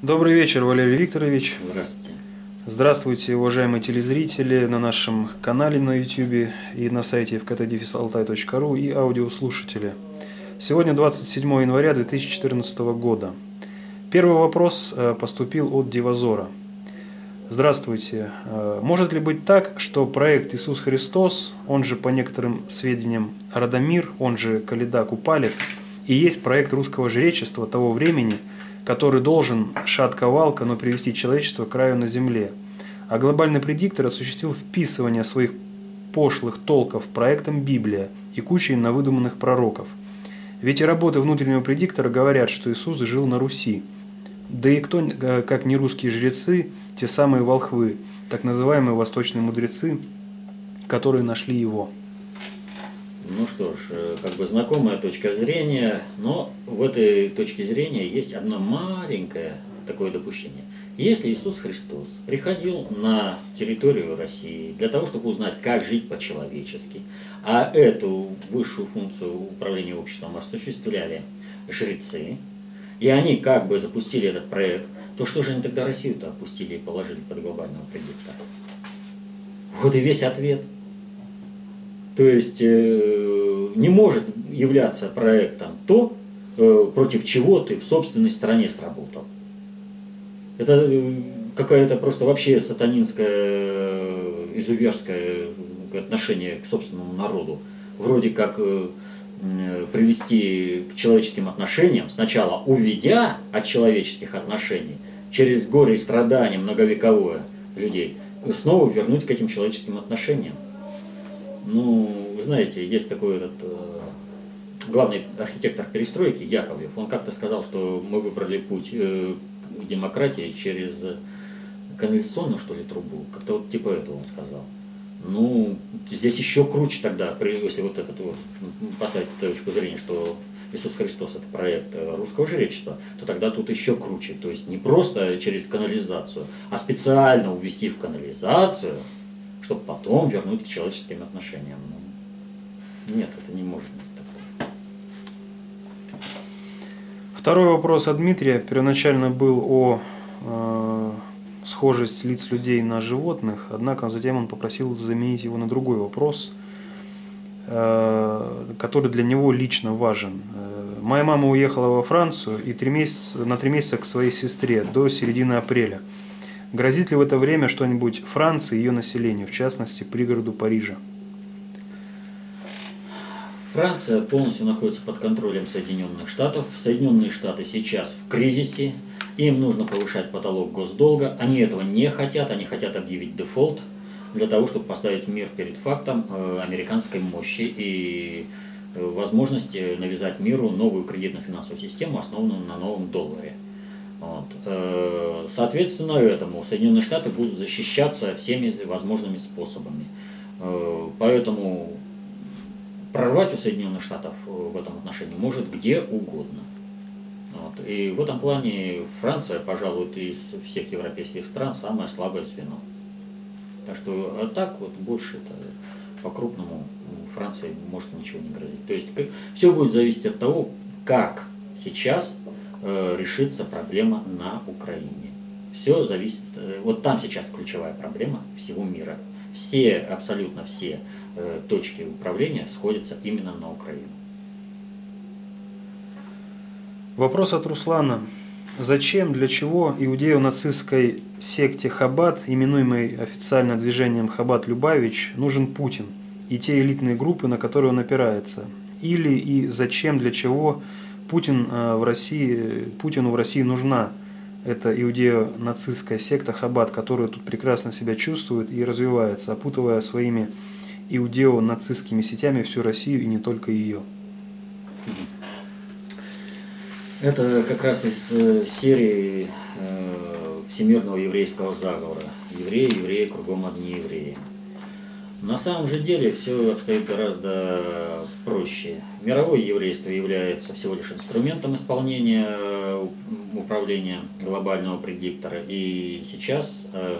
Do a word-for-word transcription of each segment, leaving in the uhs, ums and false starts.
Добрый вечер, Валерий Викторович. Здравствуйте. Здравствуйте, уважаемые телезрители на нашем канале на YouTube и на сайте эф ка тэ дефис алтай точка ру и аудиослушатели. Сегодня двадцать седьмого января две тысячи четырнадцатого года. Первый вопрос поступил от Дивазора. Здравствуйте. Может ли быть так, что проект Иисус Христос, он же по некоторым сведениям Радомир, он же Каледа Купалец, и есть проект русского жречества того времени, который должен, шатко-валко, но привести человечество к краю на земле. А глобальный предиктор осуществил вписывание своих пошлых толков проектом Библия и кучей навыдуманных пророков. Ведь и работы внутреннего предиктора говорят, что Иисус жил на Руси. Да и кто, как не русские жрецы, те самые волхвы, так называемые восточные мудрецы, которые нашли его. Ну что ж, как бы знакомая точка зрения, но в этой точке зрения есть одно маленькое такое допущение. Если Иисус Христос приходил на территорию России для того, чтобы узнать, как жить по-человечески, а эту высшую функцию управления обществом осуществляли жрецы, и они как бы запустили этот проект, то что же они тогда Россию-то опустили и положили под глобального предиктора? Вот и весь ответ. То есть э, не может являться проектом то, э, против чего ты в собственной стране сработал. Это э, какое-то просто вообще сатанинское, э, изуверское отношение к собственному народу. Вроде как э, э, привести к человеческим отношениям, сначала уведя от человеческих отношений, через горе и страдания многовековое людей, и снова вернуть к этим человеческим отношениям. Ну, вы знаете, есть такой этот э, главный архитектор перестройки Яковлев. Он как-то сказал, что мы выбрали путь э, к демократии через канализационную, что ли, трубу. Как-то вот типа этого он сказал. Ну, здесь еще круче тогда, если вот этот вот поставить точку зрения, что Иисус Христос это проект русского жречества, то тогда тут еще круче. То есть не просто через канализацию, а специально увести в канализацию, чтобы потом вернуть к человеческим отношениям. Ну, нет, это не может быть такое. Второй вопрос от Дмитрия первоначально был о э, схожести лиц людей на животных, однако затем он попросил заменить его на другой вопрос, э, который для него лично важен. Э, моя мама уехала во Францию и три месяца, на три месяца к своей сестре до середины апреля. Грозит ли в это время что-нибудь Франции и ее населению, в частности, пригороду Парижа? Франция полностью находится под контролем Соединенных Штатов. Соединенные Штаты сейчас в кризисе. Им нужно повышать потолок госдолга. Они этого не хотят. Они хотят объявить дефолт для того, чтобы поставить мир перед фактом американской мощи и возможности навязать миру новую кредитно-финансовую систему, основанную на новом долларе. Вот. Соответственно, этому Соединенные Штаты будут защищаться всеми возможными способами. Поэтому прорвать у Соединенных Штатов в этом отношении может где угодно. Вот. И в этом плане Франция, пожалуй, из всех европейских стран самое слабое звено. Так что а так вот больше это по-крупному Франции может ничего не грозить. То есть все будет зависеть от того, как сейчас решится проблема на Украине. Все зависит, вот там сейчас ключевая проблема всего мира. Все, абсолютно все э, точки управления сходятся именно на Украину. Вопрос от Руслана. Зачем, для чего иудео-нацистской секте Хаббат, именуемой официально движением Хаббат-Любавич, нужен Путин и те элитные группы, на которые он опирается? Или и зачем, для чего Путин в России, Путину в России нужна эта иудео-нацистская секта Хаббат, которая тут прекрасно себя чувствует и развивается, опутывая своими иудео-нацистскими сетями всю Россию и не только ее? Это как раз из серии всемирного еврейского заговора. Евреи, евреи, кругом одни евреи. На самом же деле все обстоит гораздо проще. Мировое еврейство является всего лишь инструментом исполнения управления глобального предиктора. И сейчас э,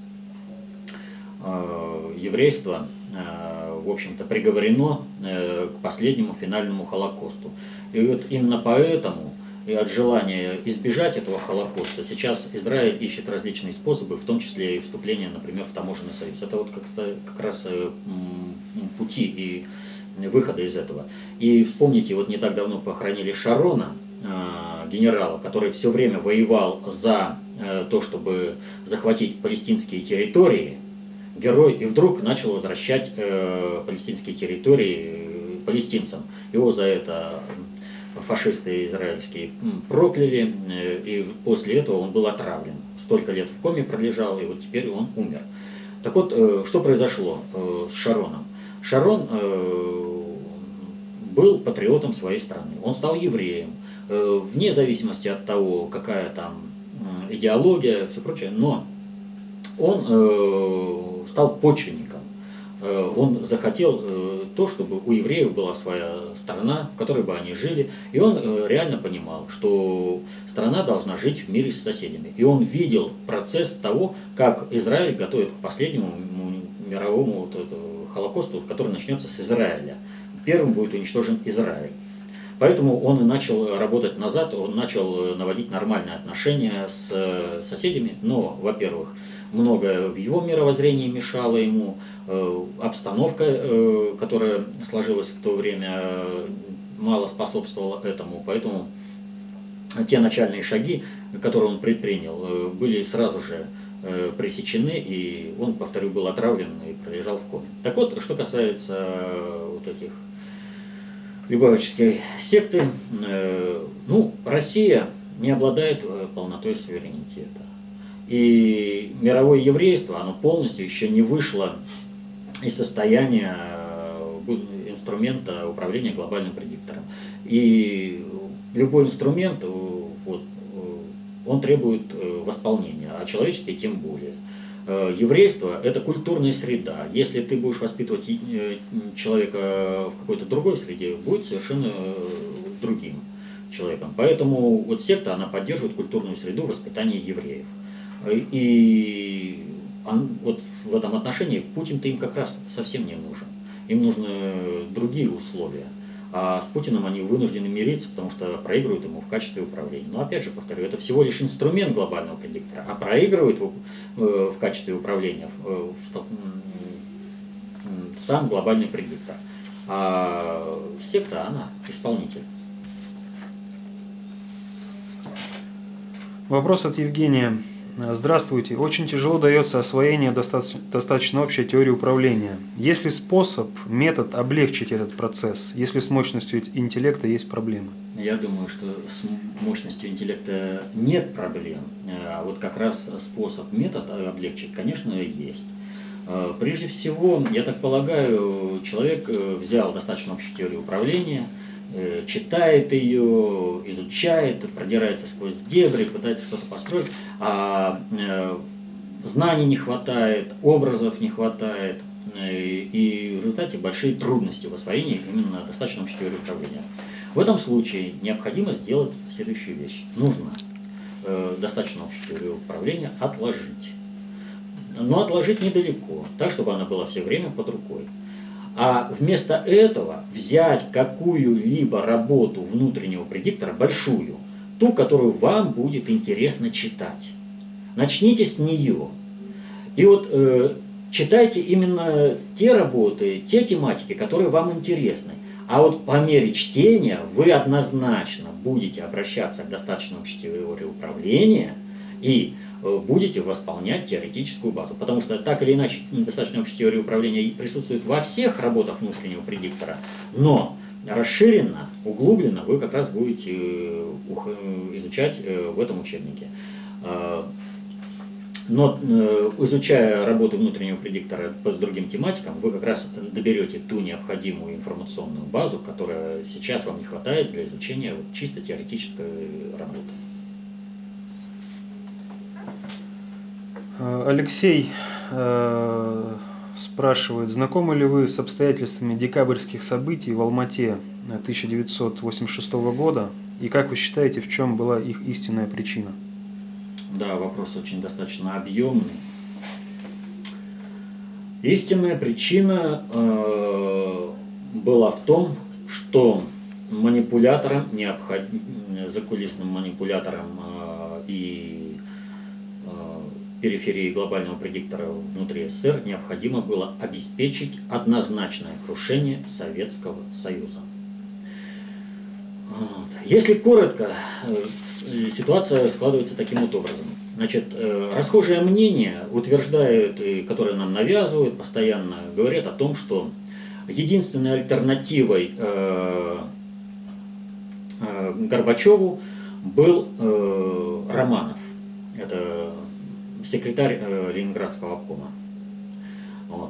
э, еврейство, э, в общем-то, приговорено э, к последнему финальному Холокосту. И вот именно поэтому и от желания избежать этого Холокоста, сейчас Израиль ищет различные способы, в том числе и вступление, например, в таможенный союз. Это вот как, как раз пути и выхода из этого. И вспомните, вот не так давно похоронили Шарона, генерала, который все время воевал за то, чтобы захватить палестинские территории, герой, и вдруг начал возвращать палестинские территории палестинцам. Его за это фашисты израильские прокляли, и после этого он был отравлен. Столько лет в коме пролежал, и вот теперь он умер. Так вот, что произошло с Шароном? Шарон был патриотом своей страны. Он стал евреем, вне зависимости от того, какая там идеология, все прочее, но он стал почвенником. Он захотел то, чтобы у евреев была своя страна, в которой бы они жили. И он реально понимал, что страна должна жить в мире с соседями. И он видел процесс того, как Израиль готовит к последнему мировому вот этому Холокосту, который начнется с Израиля. Первым будет уничтожен Израиль. Поэтому он и начал работать назад, он начал наводить нормальные отношения с соседями. Но, во-первых, многое в его мировоззрении мешало ему, обстановка, которая сложилась в то время, мало способствовала этому. Поэтому те начальные шаги, которые он предпринял, были сразу же пресечены, и он, повторю, был отравлен и пролежал в коме. Так вот, что касается вот этих любавической секты, ну, Россия не обладает полнотой суверенитета. И мировое еврейство, оно полностью еще не вышло из состояния инструмента управления глобальным предиктором. И любой инструмент, вот, он требует восполнения, а человеческий тем более. Еврейство – это культурная среда. Если ты будешь воспитывать человека в какой-то другой среде, будет совершенно другим человеком. Поэтому вот секта, она поддерживает культурную среду воспитания евреев. И вот в этом отношении Путин-то им как раз совсем не нужен. Им нужны другие условия. А с Путиным они вынуждены мириться, потому что проигрывают ему в качестве управления. Но опять же, повторю, это всего лишь инструмент глобального предиктора, а проигрывает в качестве управления сам глобальный предиктор. А секта, она исполнитель. Вопрос от Евгения. Здравствуйте. Очень тяжело дается освоение достаточно, достаточно общей теории управления. Есть ли способ, метод облегчить этот процесс, если с мощностью интеллекта есть проблемы? Я думаю, что с мощностью интеллекта нет проблем. А вот как раз способ, метод облегчить, конечно, есть. Прежде всего, я так полагаю, человек взял достаточно общую теорию управления, читает ее, изучает, продирается сквозь дебри, пытается что-то построить, а знаний не хватает, образов не хватает, и в результате большие трудности в освоении именно достаточно общей теории управления. В этом случае необходимо сделать следующую вещь. Нужно достаточно общую теорию управления отложить. Но отложить недалеко, так, чтобы она была все время под рукой. А вместо этого взять какую-либо работу внутреннего предиктора, большую, ту, которую вам будет интересно читать. Начните с нее. И вот э, читайте именно те работы, те тематики, которые вам интересны. А вот по мере чтения вы однозначно будете обращаться к достаточно общей теории управления и будете восполнять теоретическую базу. Потому что так или иначе достаточно общая теория управления присутствует во всех работах внутреннего предиктора, но расширенно, углубленно вы как раз будете изучать в этом учебнике. Но изучая работы внутреннего предиктора по другим тематикам, вы как раз доберете ту необходимую информационную базу, которая сейчас вам не хватает для изучения чисто теоретической работы. Алексей э, спрашивает, знакомы ли вы с обстоятельствами декабрьских событий в Алмате тысяча девятьсот восемьдесят шестого года, и как вы считаете, в чем была их истинная причина? Да, вопрос очень достаточно объемный. Истинная причина э, была в том, что манипуляторам необход... закулисным манипулятором и периферии глобального предиктора внутри СССР необходимо было обеспечить однозначное крушение Советского Союза. Вот. Если коротко, ситуация складывается таким вот образом. Значит, расхожее мнение утверждает, и которое нам навязывают постоянно, говорят о том, что единственной альтернативой э, э, Горбачеву был э, Романов. Это секретарь э, Ленинградского обкома. Вот.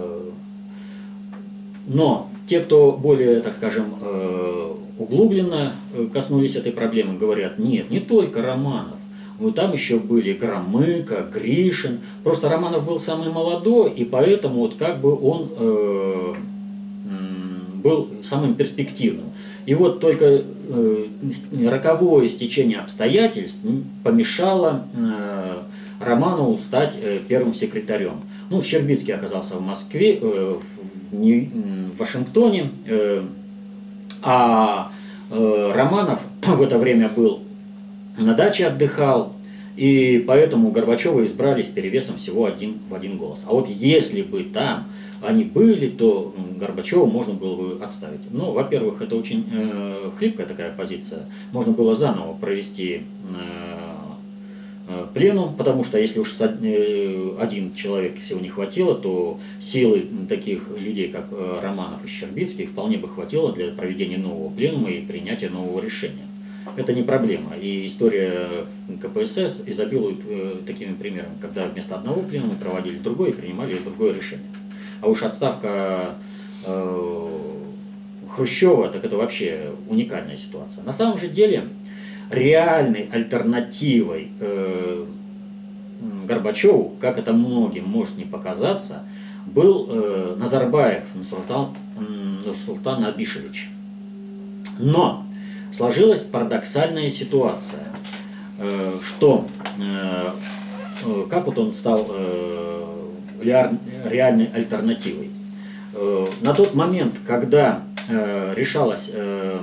Но те, кто более, так скажем, э, углубленно коснулись этой проблемы, говорят, нет, не только Романов. Вот там еще были Громыко, Гришин. Просто Романов был самый молодой, и поэтому вот как бы он э, был самым перспективным. И вот только э, роковое стечение обстоятельств помешало э, Романову стать э, первым секретарем. Ну, Щербицкий оказался в Москве, э, в, не, в Вашингтоне, э, а э, Романов в это время был на даче, отдыхал, и поэтому Горбачева избрали с перевесом всего один в один голос. А вот если бы там они были, то Горбачева можно было бы отставить. Но, во-первых, это очень э, хлипкая такая позиция. Можно было заново провести э, э, пленум, потому что если уж э, один человек всего не хватило, то силы таких людей, как э, Романов и Щербицкий, вполне бы хватило для проведения нового пленума и принятия нового решения. Это не проблема. И история ка пэ эс эс изобилует э, такими примерами, когда вместо одного пленума проводили другой и принимали другое решение. А уж отставка э, Хрущева, так это вообще уникальная ситуация. На самом же деле, реальной альтернативой э, Горбачеву, как это многим может не показаться, был э, Назарбаев Нурсултан, Нурсултан Абишевич. Но сложилась парадоксальная ситуация, э, что э, э, как вот он стал э, реальной альтернативой. Э, на тот момент, когда э, решалась э,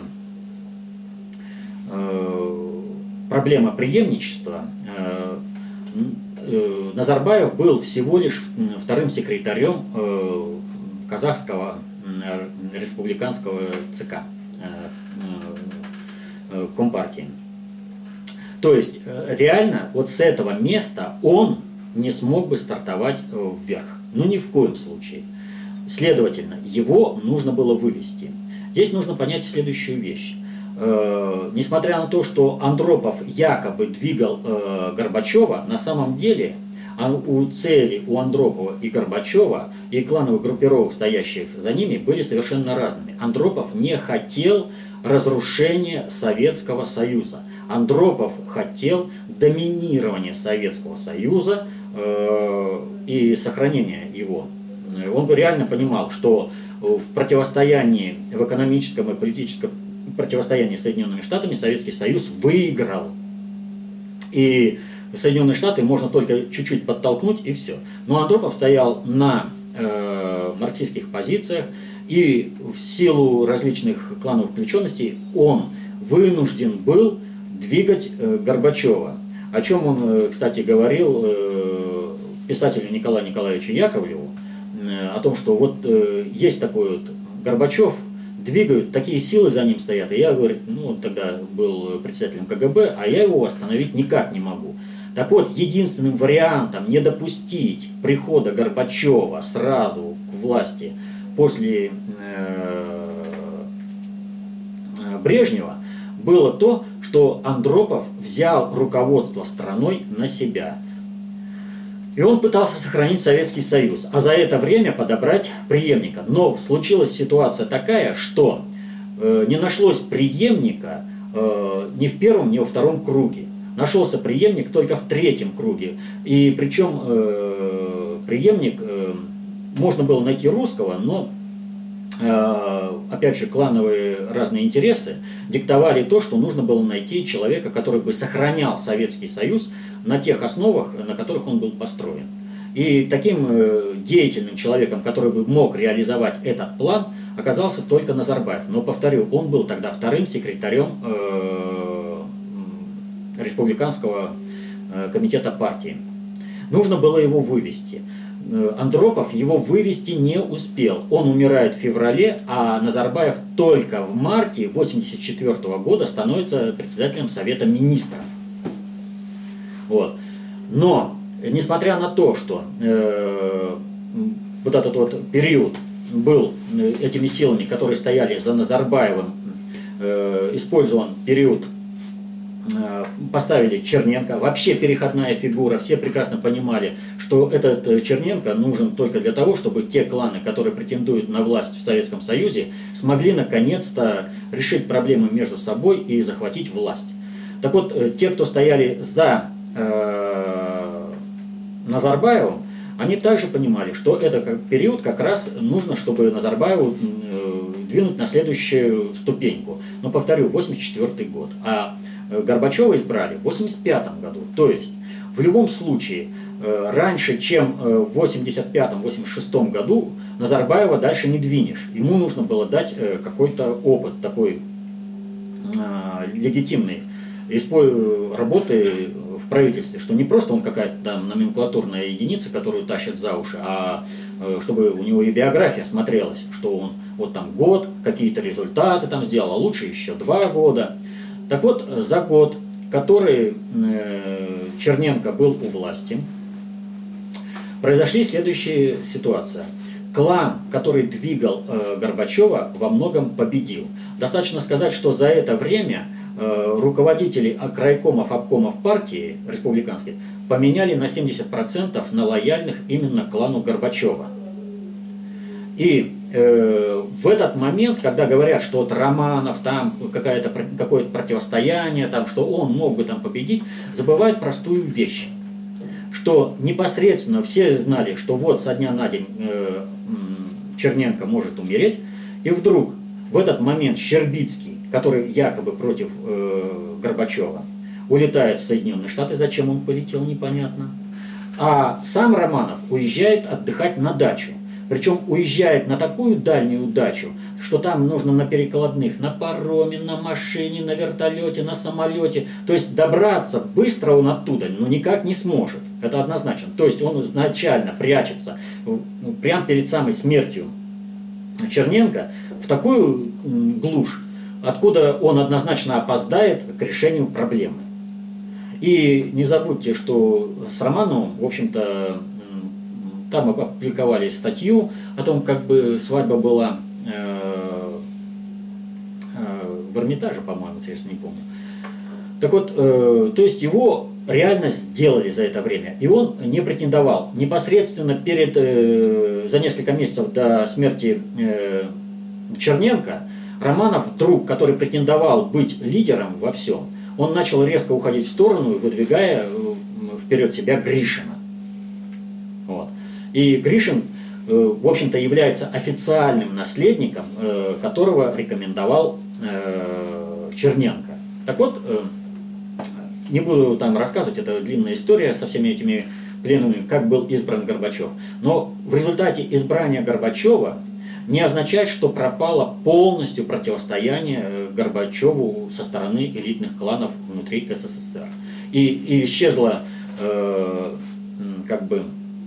э, проблема преемничества, э, э, Назарбаев был всего лишь вторым секретарем э, казахского э, республиканского ЦК. Компартии. То есть реально вот с этого места он не смог бы стартовать вверх. Ну ни в коем случае. Следовательно, его нужно было вывести. Здесь нужно понять следующую вещь. Э, несмотря на то, что Андропов якобы двигал э, Горбачева, на самом деле у цели у Андропова и Горбачева и клановых группировок, стоящих за ними, были совершенно разными. Андропов не хотел разрушения Советского Союза. Андропов хотел доминирования Советского Союза э, и сохранения его. Он бы реально понимал, что в противостоянии, в экономическом и политическом противостоянии с Соединенными Штатами Советский Союз выиграл. И Соединенные Штаты можно только чуть-чуть подтолкнуть, и все. Но Андропов стоял на э, марксистских позициях, и в силу различных клановых включенностей он вынужден был двигать э, Горбачева. О чем он, э, кстати, говорил э, писателю Николаю Николаевичу Яковлеву, э, о том, что вот э, есть такой вот Горбачев, двигают, такие силы за ним стоят. И я, говорит, ну, он тогда был председателем ка гэ бэ, а я его остановить никак не могу. Так вот, единственным вариантом не допустить прихода Горбачева сразу к власти после э, Брежнева было то, что Андропов взял руководство страной на себя. И он пытался сохранить Советский Союз, а за это время подобрать преемника. Но случилась ситуация такая, что э, не нашлось преемника э, ни в первом, ни во втором круге. Нашелся преемник только в третьем круге. И причем э, преемник э, можно было найти русского, но э, опять же клановые разные интересы диктовали то, что нужно было найти человека, который бы сохранял Советский Союз на тех основах, на которых он был построен. И таким э, деятельным человеком, который бы мог реализовать этот план, оказался только Назарбаев. Но, повторю, он был тогда вторым секретарем э, республиканского комитета партии. Нужно было его вывести. Андропов его вывести не успел. Он умирает в феврале, а Назарбаев только в марте тысяча девятьсот восемьдесят четвёртого года становится председателем Совета Министров. Вот. Но, несмотря на то, что э, вот этот вот период был этими силами, которые стояли за Назарбаевым, э, использован период, э, поставили Черненко, вообще переходная фигура, все прекрасно понимали, что этот Черненко нужен только для того, чтобы те кланы, которые претендуют на власть в Советском Союзе, смогли наконец-то решить проблемы между собой и захватить власть. Так вот, э, те, кто стояли за э, Назарбаевым, они также понимали, что это период как раз нужно, чтобы Назарбаеву двинуть на следующую ступеньку. Но, повторю, восемьдесят четвёртый год. А Горбачева избрали в восемьдесят пятом году. То есть, в любом случае, раньше, чем в восемьдесят пятом — восемьдесят шестом году, Назарбаева дальше не двинешь. Ему нужно было дать какой-то опыт, такой легитимный, работы в правительстве, что не просто он какая-то там номенклатурная единица, которую тащат за уши, а чтобы у него и биография смотрелась, что он вот там год, какие-то результаты там сделал, а лучше еще два года. Так вот, за год, который Черненко был у власти, произошли следующие ситуации. Клан, который двигал э, Горбачева, во многом победил. Достаточно сказать, что за это время э, руководители крайкомов, обкомов партии республиканской поменяли на семьдесят процентов на лояльных именно клану Горбачева. И э, в этот момент, когда говорят, что вот Романов, там какое-то какое-то противостояние, там, что он мог бы там победить, забывают простую вещь. Что непосредственно все знали, что вот со дня на день э, Черненко может умереть, и вдруг в этот момент Щербицкий, который якобы против э, Горбачева, улетает в Соединенные Штаты, зачем он полетел, непонятно, а сам Романов уезжает отдыхать на дачу. Причем уезжает на такую дальнюю дачу, что там нужно на перекладных, на пароме, на машине, на вертолете, на самолете. То есть добраться быстро он оттуда, но никак не сможет. Это однозначно. То есть он изначально прячется прямо перед самой смертью Черненко в такую глушь, откуда он однозначно опоздает к решению проблемы. И не забудьте, что с Романовым, в общем-то, там опубликовали статью о том, как бы свадьба была э, э, в Эрмитаже, по-моему, если не помню. Так вот, э, то есть его реально сделали за это время. И он не претендовал. Непосредственно перед, э, за несколько месяцев до смерти э, Черненко, Романов, друг, который претендовал быть лидером во всем, он начал резко уходить в сторону, выдвигая вперед себя Гришина. Вот. И Гришин, в общем-то, является официальным наследником, которого рекомендовал Черненко. Так вот, не буду там рассказывать, это длинная история со всеми этими пленумами, как был избран Горбачев. Но в результате избрания Горбачева не означает, что пропало полностью противостояние Горбачеву со стороны элитных кланов внутри СССР. И, и исчезла э, как бы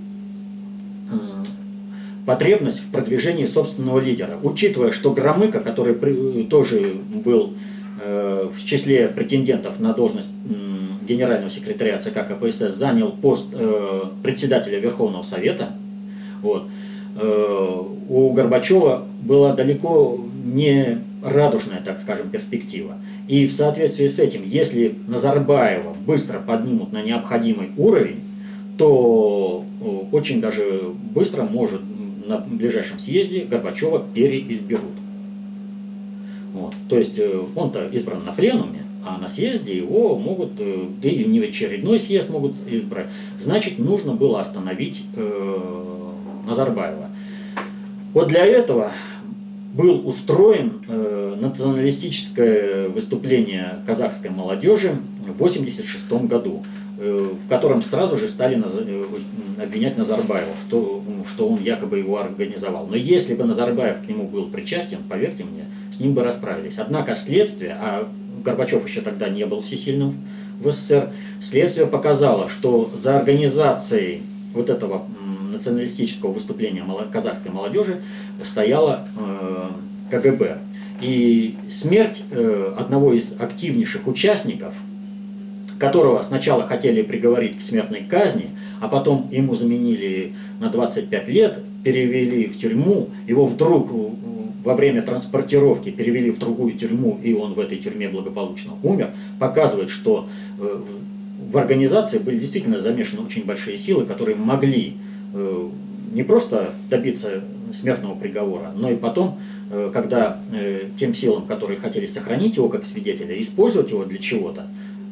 потребность в продвижении собственного лидера. Учитывая, что Громыко, который при, тоже был э, в числе претендентов на должность э, генерального секретаря ЦК КПСС, занял пост э, председателя Верховного Совета, вот, э, у Горбачева была далеко не радужная, так скажем, перспектива. И в соответствии с этим, если Назарбаева быстро поднимут на необходимый уровень, то очень даже быстро может на ближайшем съезде Горбачева переизберут. Вот. То есть он-то избран на пленуме, а на съезде его могут, да и не в очередной съезд могут избрать. Значит, нужно было остановить э, Назарбаева. Вот для этого был устроен э, националистическое выступление казахской молодежи в восемьдесят шестом году, э, в котором сразу же стали наз... обвинять Назарбаева, в то, что он якобы его организовал. Но если бы Назарбаев к нему был причастен, поверьте мне, с ним бы расправились. Однако следствие, а Горбачев еще тогда не был всесильным в СССР, следствие показало, что за организацией вот этого националистического выступления казахской молодежи стояла ка гэ бэ. И смерть одного из активнейших участников, которого сначала хотели приговорить к смертной казни, а потом ему заменили на двадцать пять лет, перевели в тюрьму, его вдруг во время транспортировки перевели в другую тюрьму, и он в этой тюрьме благополучно умер, показывает, что в организации были действительно замешаны очень большие силы, которые могли не просто добиться смертного приговора, но и потом, когда тем силам, которые хотели сохранить его как свидетеля, использовать его для чего-то,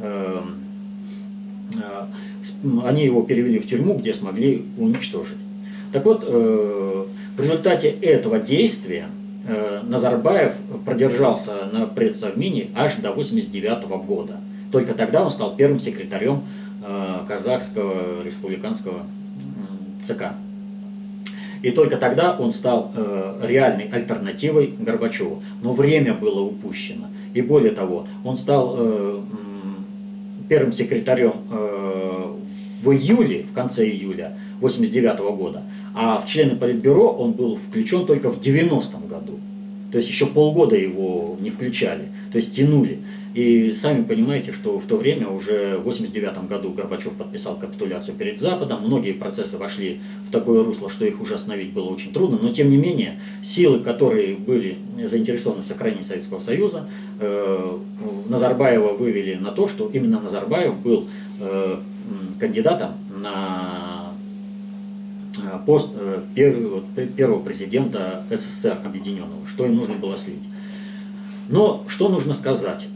они его перевели в тюрьму, где смогли уничтожить. Так вот, в результате этого действия Назарбаев продержался на предсовмине аж до восемьдесят девятого года. Только тогда он стал первым секретарем Казахского республиканского ЦК. И только тогда он стал реальной альтернативой Горбачеву. Но время было упущено. И более того, он стал первым секретарем в июле, в конце июля восемьдесят девятого года, а в члены Политбюро он был включен только в девяностом году. То есть еще полгода его не включали, то есть тянули. И сами понимаете, что в то время уже в восемьдесят девятом году Горбачев подписал капитуляцию перед Западом, многие процессы вошли в такое русло, что их уже остановить было очень трудно, но тем не менее силы, которые были заинтересованы в сохранении Советского Союза, э, Назарбаева вывели на то, что именно Назарбаев был э, кандидатом на пост э, первого, первого президента СССР объединенного, что им нужно было слить. Но что нужно сказать?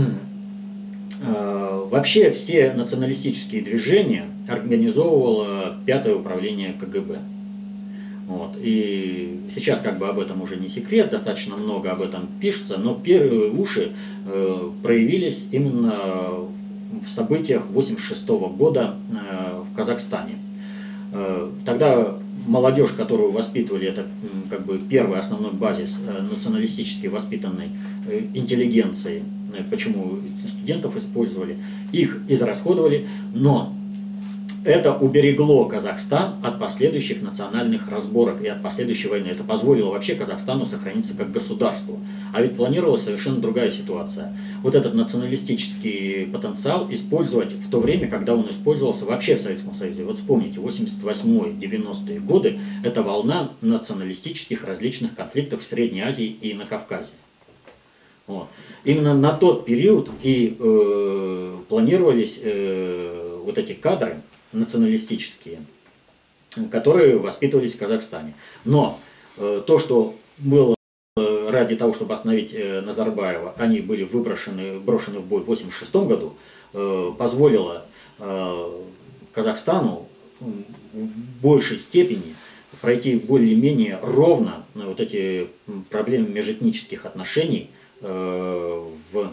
Вообще все националистические движения организовывало пятое управление ка гэ бэ. Вот. И сейчас как бы об этом уже не секрет, достаточно много об этом пишется, но первые уши э, проявились именно в событиях восемьдесят шестого года э, в Казахстане. Э, тогда молодежь, которую воспитывали, это как бы первый основной базис э, националистически воспитанной э, интеллигенции. Почему студентов использовали, их израсходовали, но это уберегло Казахстан от последующих национальных разборок и от последующей войны. Это позволило вообще Казахстану сохраниться как государству. А ведь планировалась совершенно другая ситуация. Вот этот националистический потенциал использовать в то время, когда он использовался вообще в Советском Союзе. Вот вспомните, восемьдесят восьмой — девяностые годы – это волна националистических различных конфликтов в Средней Азии и на Кавказе. Вот. Именно на тот период и э, планировались э, вот эти кадры националистические, которые воспитывались в Казахстане. Но э, то, что было э, ради того, чтобы остановить э, Назарбаева, они были выброшены, брошены в бой в восемьдесят шестом году, э, позволило э, Казахстану в большей степени пройти более-менее ровно на вот эти проблемы межэтнических отношений в,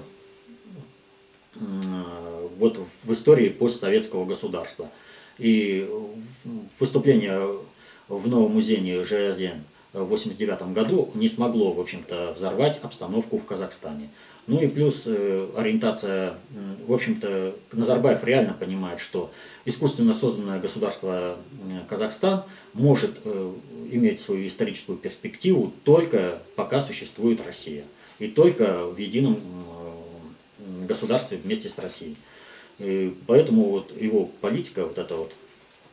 вот в истории постсоветского государства. И выступление в Новом музее Жаязен в восемьдесят девятом году не смогло, в общем-то, взорвать обстановку в Казахстане. Ну и плюс ориентация, в общем-то, Назарбаев реально понимает, что искусственно созданное государство Казахстан может иметь свою историческую перспективу только пока существует Россия. И только в едином государстве вместе с Россией. И поэтому вот его политика, вот эта вот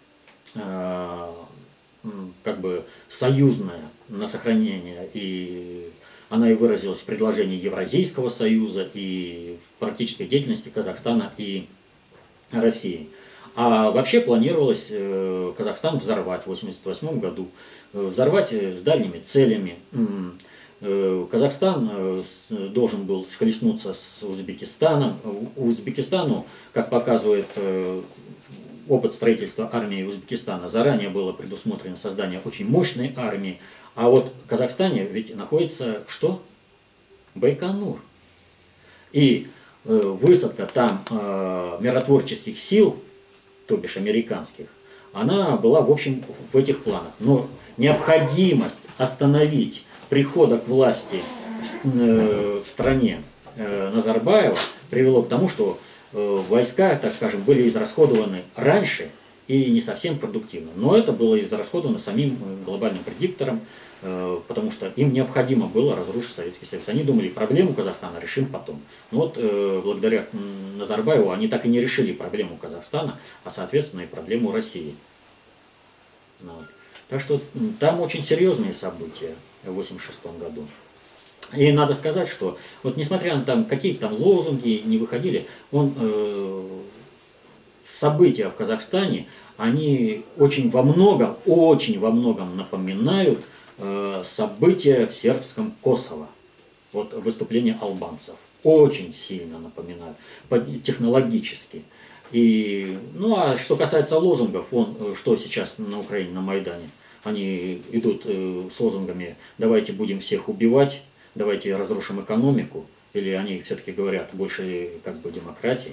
как бы союзная на сохранение, и она и выразилась в предложении Евразийского союза и в практической деятельности Казахстана и России. А вообще планировалось Казахстан взорвать в восемьдесят восьмом году, взорвать с дальними целями. Казахстан должен был схлестнуться с Узбекистаном. Узбекистану, как показывает опыт строительства армии Узбекистана, заранее было предусмотрено создание очень мощной армии. А вот в Казахстане ведь находится что? Байконур. И высадка там миротворческих сил, то бишь американских, она была, в общем, в этих планах. Но необходимость остановить прихода к власти в стране Назарбаева привело к тому, что э, войска, так скажем, были израсходованы раньше и не совсем продуктивно. Но это было израсходовано самим глобальным предиктором, э, потому что им необходимо было разрушить Советский Союз. Они думали, проблему Казахстана решим потом. Но вот э, благодаря Назарбаеву они так и не решили проблему Казахстана, а соответственно и проблему России. Вот. Так что там очень серьезные события в восемьдесят шестом году. И надо сказать, что вот несмотря на там какие-то там лозунги не выходили, он, э, события в Казахстане, они очень во многом, очень во многом напоминают э, события в сербском Косово. Вот выступление албанцев. Очень сильно напоминают, технологически. И, ну а что касается лозунгов, он что сейчас на Украине, на Майдане? Они идут э, с лозунгами «давайте будем всех убивать», «давайте разрушим экономику», или они все-таки говорят больше как бы демократии.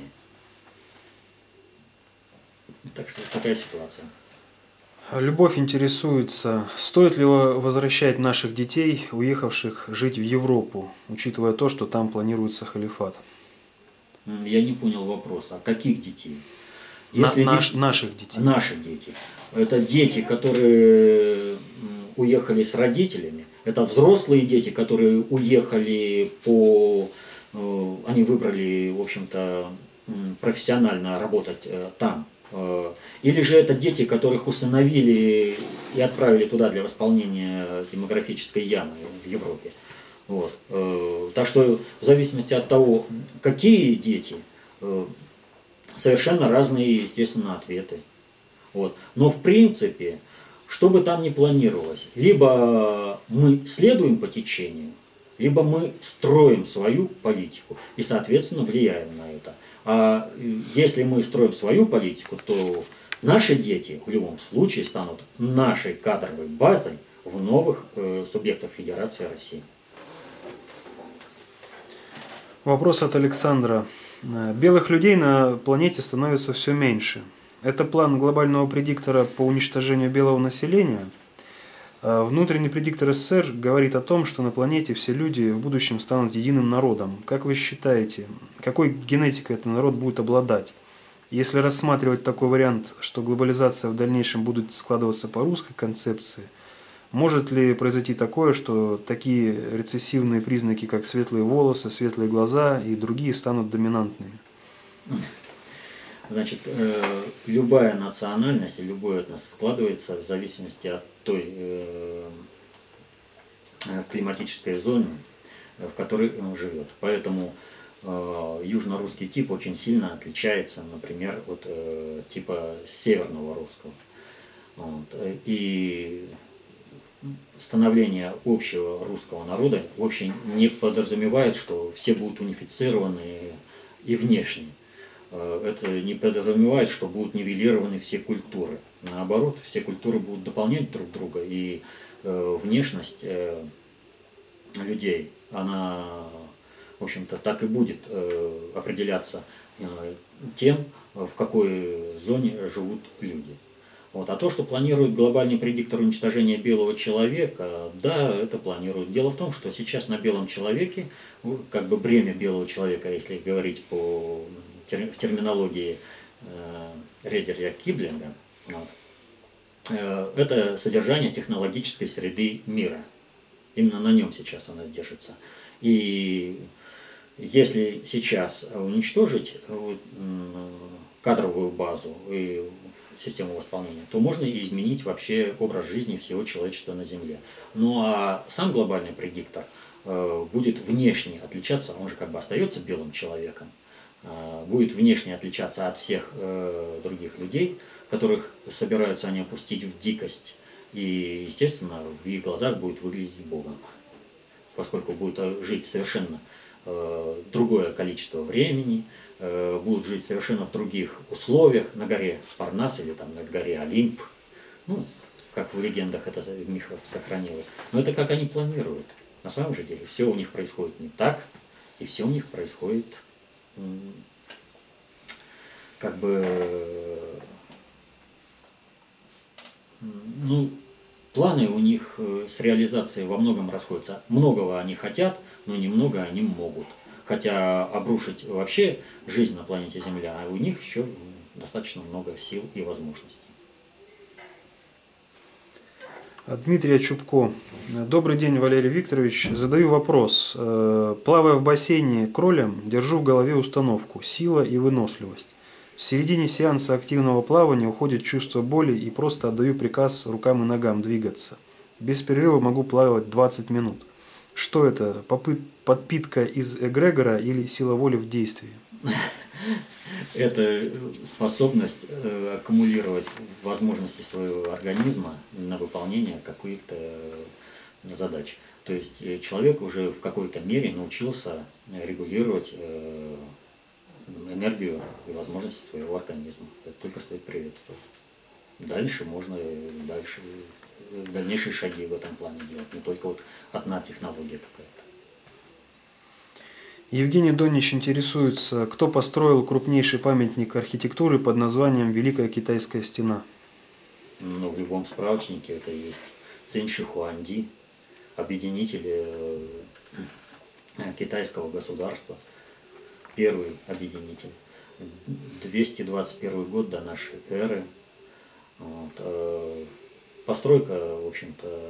Так что такая ситуация. Любовь интересуется, стоит ли возвращать наших детей, уехавших жить в Европу, учитывая то, что там планируется халифат? Я не понял вопроса. А каких детей? Если На, наш, наших детей. Наши дети. Это дети, которые уехали с родителями. Это взрослые дети, которые уехали по... Они выбрали, в общем-то, профессионально работать там. Или же это дети, которых усыновили и отправили туда для восполнения демографической ямы в Европе. Вот. Так что в зависимости от того, какие дети, совершенно разные, естественно, ответы. Вот. Но в принципе, что бы там ни планировалось, либо мы следуем по течению, либо мы строим свою политику и, соответственно, влияем на это. А если мы строим свою политику, то наши дети в любом случае станут нашей кадровой базой в новых э, субъектах Федерации России. Вопрос от Александра. Белых людей на планете становится все меньше. Это план глобального предиктора по уничтожению белого населения? Внутренний предиктор СССР говорит о том, что на планете все люди в будущем станут единым народом. Как вы считаете, какой генетикой этот народ будет обладать? Если рассматривать такой вариант, что глобализация в дальнейшем будет складываться по русской концепции, может ли произойти такое, что такие рецессивные признаки, как светлые волосы, светлые глаза и другие, станут доминантными? Значит, э, любая национальность и любой этнос складывается в зависимости от той э, климатической зоны, в которой он живет. Поэтому э, южно-русский тип очень сильно отличается, например, от э, типа северного русского. Вот. И становление общего русского народа вообще не подразумевает, что все будут унифицированы и внешне. Это не подразумевает, что будут нивелированы все культуры. Наоборот, все культуры будут дополнять друг друга, и э, внешность э, людей, она, в общем-то, так и будет э, определяться э, тем, в какой зоне живут люди. Вот. А то, что планирует глобальный предиктор уничтожения белого человека, да, это планирует. Дело в том, что сейчас на белом человеке, как бы бремя белого человека, если говорить по в терминологии э, Редеря Киплинга, вот, э, это содержание технологической среды мира. Именно на нем сейчас она держится. И если сейчас уничтожить вот, э, кадровую базу и систему восполнения, то можно изменить вообще образ жизни всего человечества на Земле. Ну а сам глобальный предиктор э, будет внешне отличаться, он же как бы остается белым человеком, будет внешне отличаться от всех э, других людей, которых собираются они опустить в дикость. И, естественно, в их глазах будет выглядеть Богом, поскольку будет жить совершенно э, другое количество времени, э, будут жить совершенно в других условиях, на горе Парнас или там, на горе Олимп, ну, как в легендах это в мифах сохранилось. Но это как они планируют. На самом же деле все у них происходит не так, и все у них происходит как бы, ну, планы у них с реализацией во многом расходятся. Многого они хотят, но немного они могут. хотя обрушить вообще жизнь на планете Земля, а у них еще достаточно много сил и возможностей. Дмитрий Очубко. Добрый день, Валерий Викторович. Задаю вопрос. Плавая в бассейне кролем, держу в голове установку «Сила и выносливость». В середине сеанса активного плавания уходит чувство боли и просто отдаю приказ рукам и ногам двигаться. Без перерыва могу плавать двадцать минут. Что это? Попыт... Подпитка из эгрегора или сила воли в действии? Это способность аккумулировать возможности своего организма на выполнение каких-то задач. То есть человек уже в какой-то мере научился регулировать энергию и возможности своего организма. Это только стоит приветствовать. Дальше можно дальше, дальнейшие шаги в этом плане делать, не только вот одна технология какая-то. Евгений Донич интересуется, кто построил крупнейший памятник архитектуры под названием Великая Китайская стена? Ну, в любом справочнике это есть Цинь Ши Хуанди, объединитель китайского государства, первый объединитель, двести двадцать первый год до нашей эры. Вот. Постройка, в общем-то,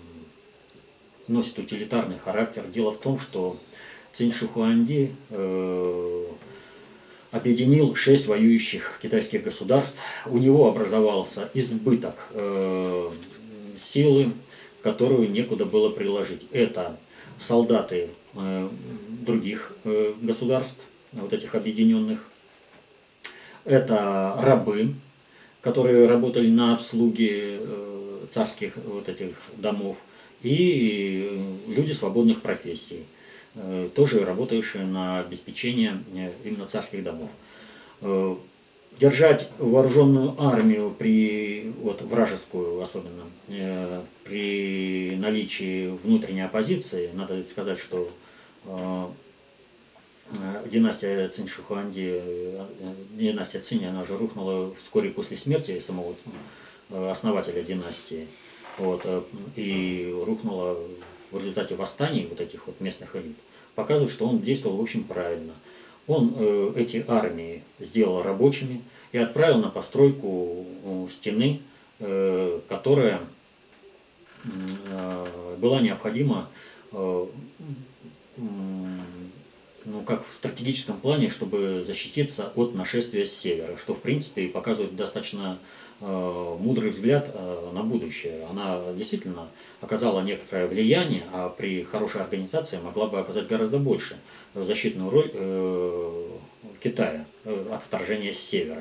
носит утилитарный характер. Дело в том, что Цинь Ши Хуанди э, объединил шесть воюющих китайских государств. У него образовался избыток э, силы, которую некуда было приложить. Это солдаты э, других э, государств, вот этих объединенных. Это рабы, которые работали на обслуге э, царских вот этих домов. И люди свободных профессий, тоже работающие на обеспечение именно царских домов. Держать вооруженную армию, при, вот, вражескую особенно, при наличии внутренней оппозиции, надо сказать, что династия Цинь Ши Хуанди, династия Цинь, она же рухнула вскоре после смерти самого основателя династии. Вот, и рухнула в результате восстаний вот этих вот местных элит. Показывает, что он действовал, в общем, правильно. Он э, эти армии сделал рабочими и отправил на постройку э, стены, э, которая э, была необходима э, э, ну, как в стратегическом плане, чтобы защититься от нашествия с севера, что, в принципе, и показывает достаточно э, мудрый взгляд э, на будущее. Она действительно оказала некоторое влияние, а при хорошей организации могла бы оказать гораздо больше защитную роль э, Китая э, от вторжения с севера.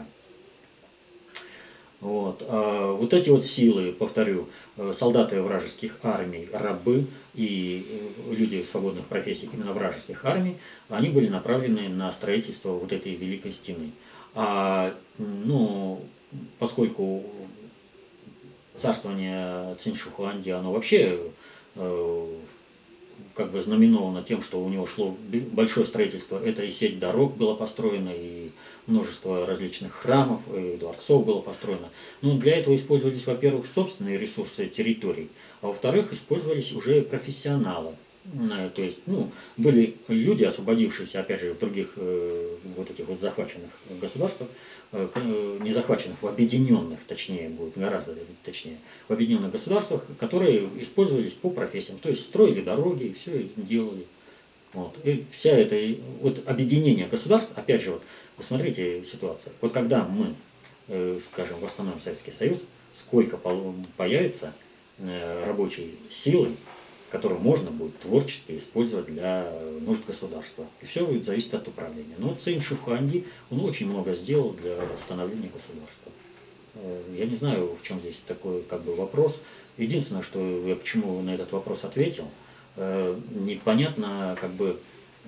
Вот. А вот эти вот силы, повторю, солдаты вражеских армий, рабы и люди свободных профессий именно вражеских армий, они были направлены на строительство вот этой Великой Стены. А, ну, поскольку царствование Цинь Ши Хуанди, оно вообще э, как бы знаменовано тем, что у него шло большое строительство, это и сеть дорог была построена, и множество различных храмов и дворцов было построено. Но для этого использовались, во-первых, собственные ресурсы территорий, а во-вторых, использовались уже профессионалы. То есть, ну, были люди, освободившиеся, опять же, в других э, вот этих вот захваченных государствах, э, не захваченных, в объединенных, точнее, будет гораздо точнее, в объединенных государствах, которые использовались по профессиям, то есть строили дороги, все это делали. Вот. И вся эта, вот объединение государств, опять же, вот, посмотрите ситуацию. Вот когда мы, э, скажем, восстановим Советский Союз, сколько появится э, рабочей силы, которую можно будет творчески использовать для нужд государства. И все будет зависеть от управления. Но Цинь Ши Хуанди, он очень много сделал для становления государства. Я не знаю, в чем здесь такой как бы вопрос. Единственное, что я почему на этот вопрос ответил, непонятно как бы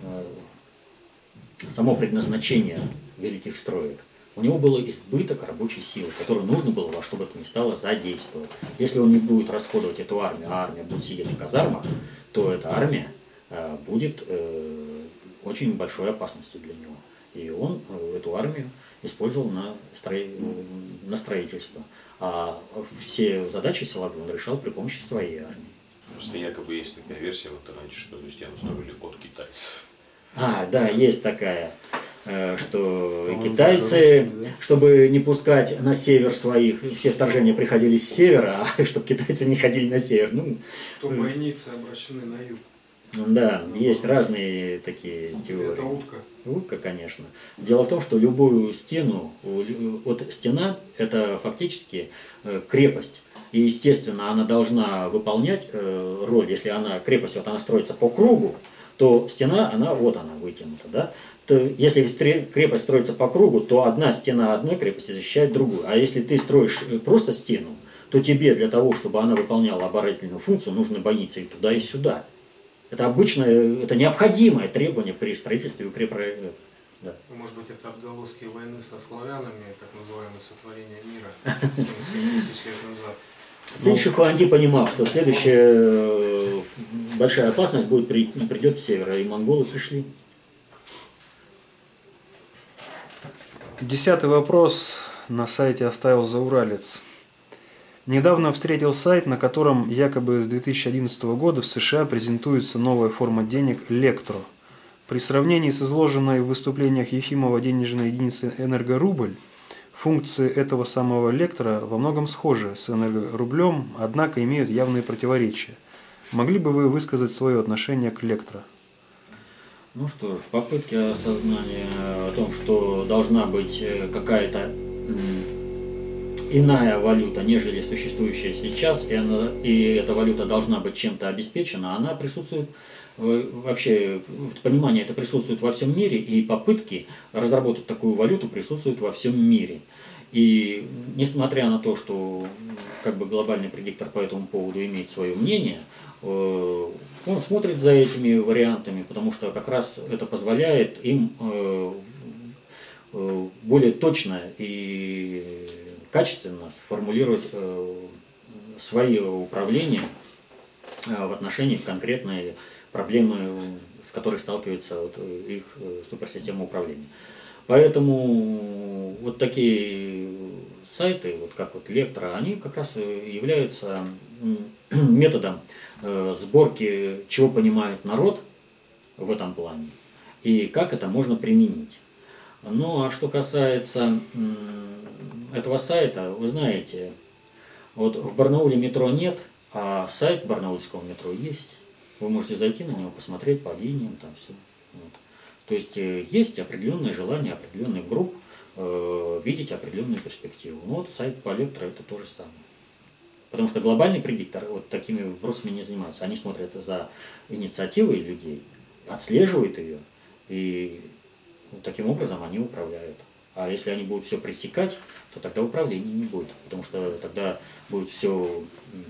само предназначение великих строек. У него был избыток рабочей силы, которую нужно было во что бы то ни стало задействовать. Если он не будет расходовать эту армию, а армия будет сидеть в казармах, то эта армия э, будет э, очень большой опасностью для него. И он э, эту армию использовал на, стро... на строительство. А все задачи силовые он решал при помощи своей армии. Просто якобы есть такая версия в интернете, что эту стену строили от китайцев. А, да, есть такая, э, что По-моему, китайцы, русские, да? чтобы не пускать на север своих, все вторжения приходили с севера, а чтобы китайцы не ходили на север. Ну, Что бойницы обращены на юг. да, есть разные такие теории. Это утка. Утка, конечно. Дело в том, что любую стену, вот стена это фактически э, крепость. И, естественно, она должна выполнять э, роль, если она, крепость, вот она строится по кругу, то стена, она вот она вытянута, да. То, если крепость строится по кругу, то одна стена одной крепости защищает другую. А если ты строишь просто стену, то тебе для того, чтобы она выполняла оборонительную функцию, нужно бойницы и туда, и сюда. Это обычное, это необходимое требование при строительстве укрепрайона. Да. Может быть, это отголоски войны со славянами, так называемое сотворение мира семьдесят тысяч лет назад. Цинь Хуанди понимал, что следующая большая опасность будет при, придет с севера, и монголы пришли. Десятый вопрос на сайте оставил Зауралец. Недавно встретил сайт, на котором якобы с две тысячи одиннадцатого года в США презентуется новая форма денег «Лектро». При сравнении с изложенной в выступлениях Ефимова денежной единицей «Энергорубль», функции этого самого «Лектро» во многом схожи с «Энергорублем», однако имеют явные противоречия. Могли бы вы высказать свое отношение к «Лектро»? Ну что ж, в попытке осознания о том, что должна быть какая-то иная валюта, нежели существующая сейчас, и, она, и эта валюта должна быть чем-то обеспечена, она присутствует, вообще, понимание это присутствует во всем мире, и попытки разработать такую валюту присутствуют во всем мире. И несмотря на то, что как бы глобальный предиктор по этому поводу имеет свое мнение, он смотрит за этими вариантами, потому что как раз это позволяет им более точно и качественно сформулировать э, свое управление э, в отношении конкретной проблемы, с которой сталкивается вот, их э, суперсистема управления. Поэтому вот такие сайты, вот как вот Лектро, они как раз являются методом э, сборки, чего понимает народ в этом плане и как это можно применить. Ну а что касается этого сайта, вы знаете, вот в Барнауле метро нет, а сайт барнаульского метро есть. Вы можете зайти на него, посмотреть по линиям, там все. Вот. То есть есть определенное желание определенных групп э, видеть определенную перспективу. Ну вот сайт по Лектро это то же самое. Потому что глобальный предиктор вот такими вопросами не занимается. Они смотрят за инициативой людей, отслеживают ее, и вот таким образом они управляют. А если они будут все пресекать, то тогда управления не будет, потому что тогда будут все,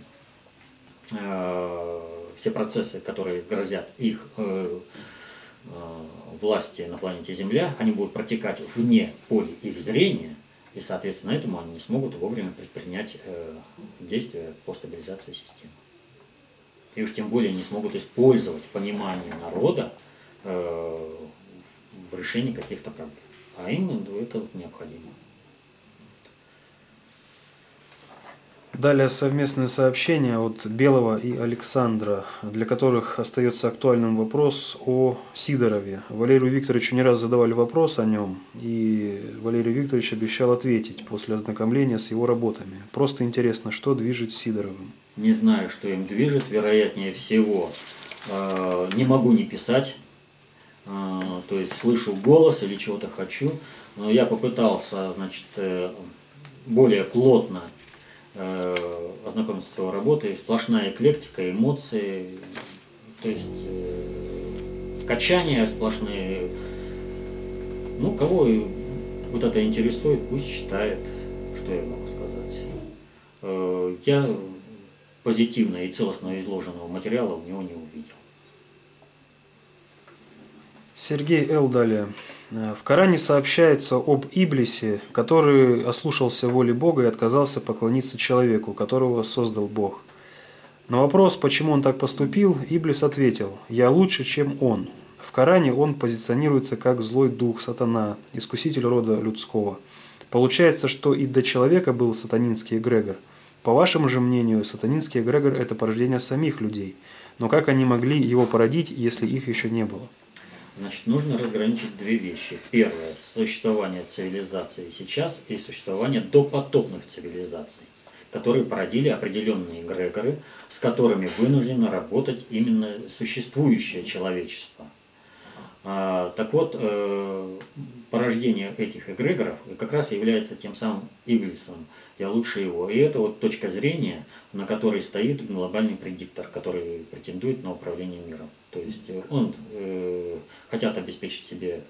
э, все процессы, которые грозят их э, э, власти на планете Земля, они будут протекать вне поля их зрения, и, соответственно, этому они не смогут вовремя предпринять э, действия по стабилизации системы. И уж тем более не смогут использовать понимание народа э, в решении каких-то проблем. А им это необходимо. Далее совместное сообщение от Белого и Александра, для которых остается актуальным вопрос о Сидорове. Валерию Викторовичу не раз задавали вопрос о нем, и Валерий Викторович обещал ответить после ознакомления с его работами. Просто интересно, что движет Сидоровым? Не знаю, что им движет, вероятнее всего. Не могу не писать. То есть слышу голос или чего-то хочу, но я попытался, значит, более плотно ознакомиться с его работой, сплошная эклектика, эмоции, то есть качания сплошные. Ну, кого вот это интересует, пусть читает, что я могу сказать. Я позитивно и целостно изложенного материала у него не увидел. Сергей Л. далее. В Коране сообщается об Иблисе, который ослушался воли Бога и отказался поклониться человеку, которого создал Бог. На вопрос, почему он так поступил, Иблис ответил: «Я лучше, чем он». В Коране он позиционируется как злой дух, сатана, искуситель рода людского. Получается, что и до человека был сатанинский эгрегор. По вашему же мнению, сатанинский эгрегор – это порождение самих людей. Но как они могли его породить, если их еще не было? Значит, нужно разграничить две вещи. Первое – существование цивилизации сейчас и существование допотопных цивилизаций, которые породили определенные эгрегоры, с которыми вынуждено работать именно существующее человечество. А, так вот, э, порождение этих эгрегоров как раз является тем самым Иблисом, я лучше его. И это вот точка зрения, на которой стоит глобальный предиктор, который претендует на управление миром. То есть он э, хотят обеспечить себе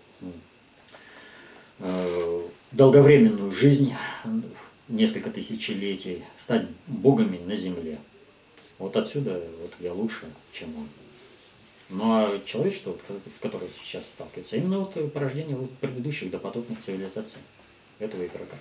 э, долговременную жизнь, несколько тысячелетий, стать богами на земле. Вот отсюда вот я лучше, чем он. Ну а человечество, с которым сейчас сталкивается, именно вот порождение вот предыдущих допотопных цивилизаций этого игрока.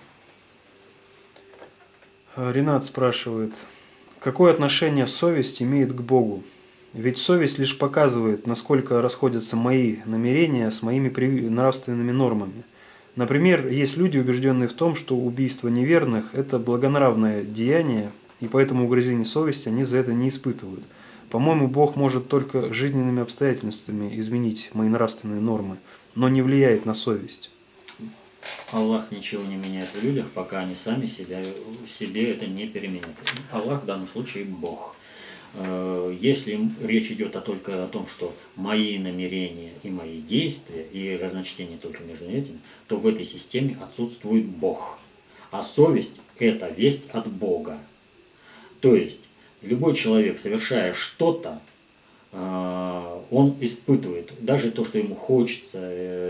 Ренат спрашивает, какое отношение совесть имеет к Богу? Ведь совесть лишь показывает, насколько расходятся мои намерения с моими нравственными нормами. Например, есть люди, убежденные в том, что убийство неверных – это благонравное деяние, и поэтому угрызений совести они за это не испытывают. По-моему, Бог может только жизненными обстоятельствами изменить мои нравственные нормы, но не влияет на совесть. Аллах ничего не меняет в людях, пока они сами себя, себе это не переменят. Аллах в данном случае Бог. Если речь идет а только о том, что мои намерения и мои действия, и разночтение только между этими, то в этой системе отсутствует Бог. А совесть – это весть от Бога. То есть, любой человек, совершая что-то, он испытывает, даже то, что ему хочется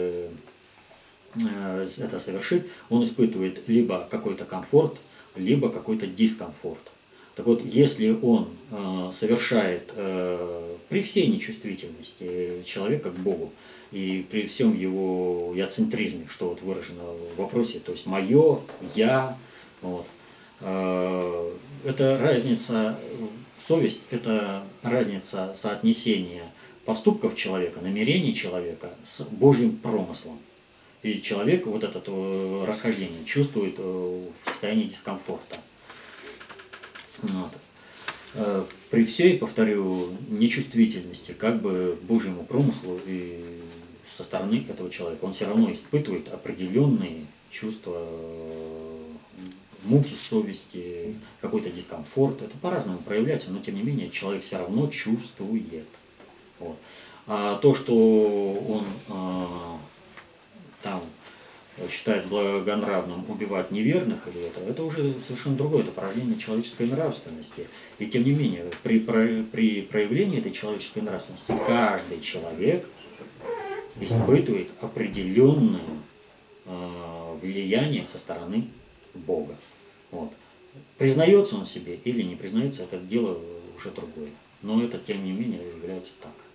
это совершить, он испытывает либо какой-то комфорт, либо какой-то дискомфорт. Так вот, если он э, совершает э, при всей нечувствительности человека к Богу и при всем его яцентризме, что вот выражено в вопросе, то есть мое, я, вот, э, это разница, совесть – это разница соотнесения поступков человека, намерений человека с Божьим промыслом. И человек вот это э, расхождение чувствует э, в состоянии дискомфорта. Вот. При всей, повторю, нечувствительности как бы Божьему промыслу и со стороны этого человека, он все равно испытывает определенные чувства муки совести, какой-то дискомфорт. Это по-разному проявляется, но тем не менее человек все равно чувствует. Вот. А то, что он а, там считает благонравным убивать неверных, или это, это уже совершенно другое, это порождение человеческой нравственности. И тем не менее, при, при проявлении этой человеческой нравственности каждый человек испытывает определенное э, влияние со стороны Бога. Вот. Признается он себе или не признается, это дело уже другое. Но это, тем не менее, является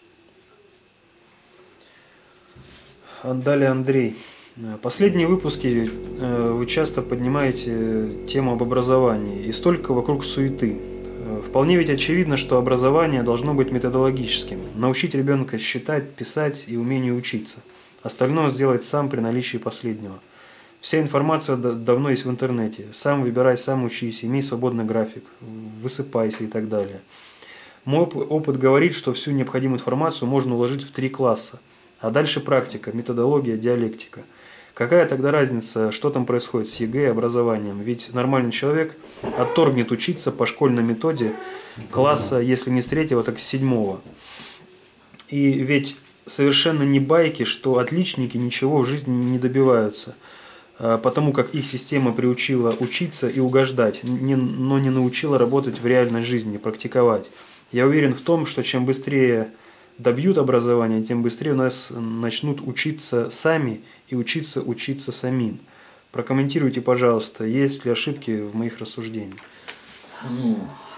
так. Далее Андрей. Последние выпуски вы часто поднимаете тему об образовании, и столько вокруг суеты. Вполне ведь очевидно, что образование должно быть методологическим. Научить ребенка считать, писать и умению учиться. Остальное сделать сам при наличии последнего. Вся информация давно есть в интернете. Сам выбирай, сам учись, имей свободный график, высыпайся и так далее. Мой опыт говорит, что всю необходимую информацию можно уложить в три класса. А дальше практика, методология, диалектика. Какая тогда разница, что там происходит с ЕГЭ и образованием? Ведь нормальный человек отторгнет учиться по школьной методе класса, если не с третьего, так с седьмого. И ведь совершенно не байки, что отличники ничего в жизни не добиваются, потому как их система приучила учиться и угождать, но не научила работать в реальной жизни, практиковать. Я уверен в том, что чем быстрее добьют образование, тем быстрее у нас начнут учиться сами и учиться учиться самим. Прокомментируйте, пожалуйста, есть ли ошибки в моих рассуждениях. Ну,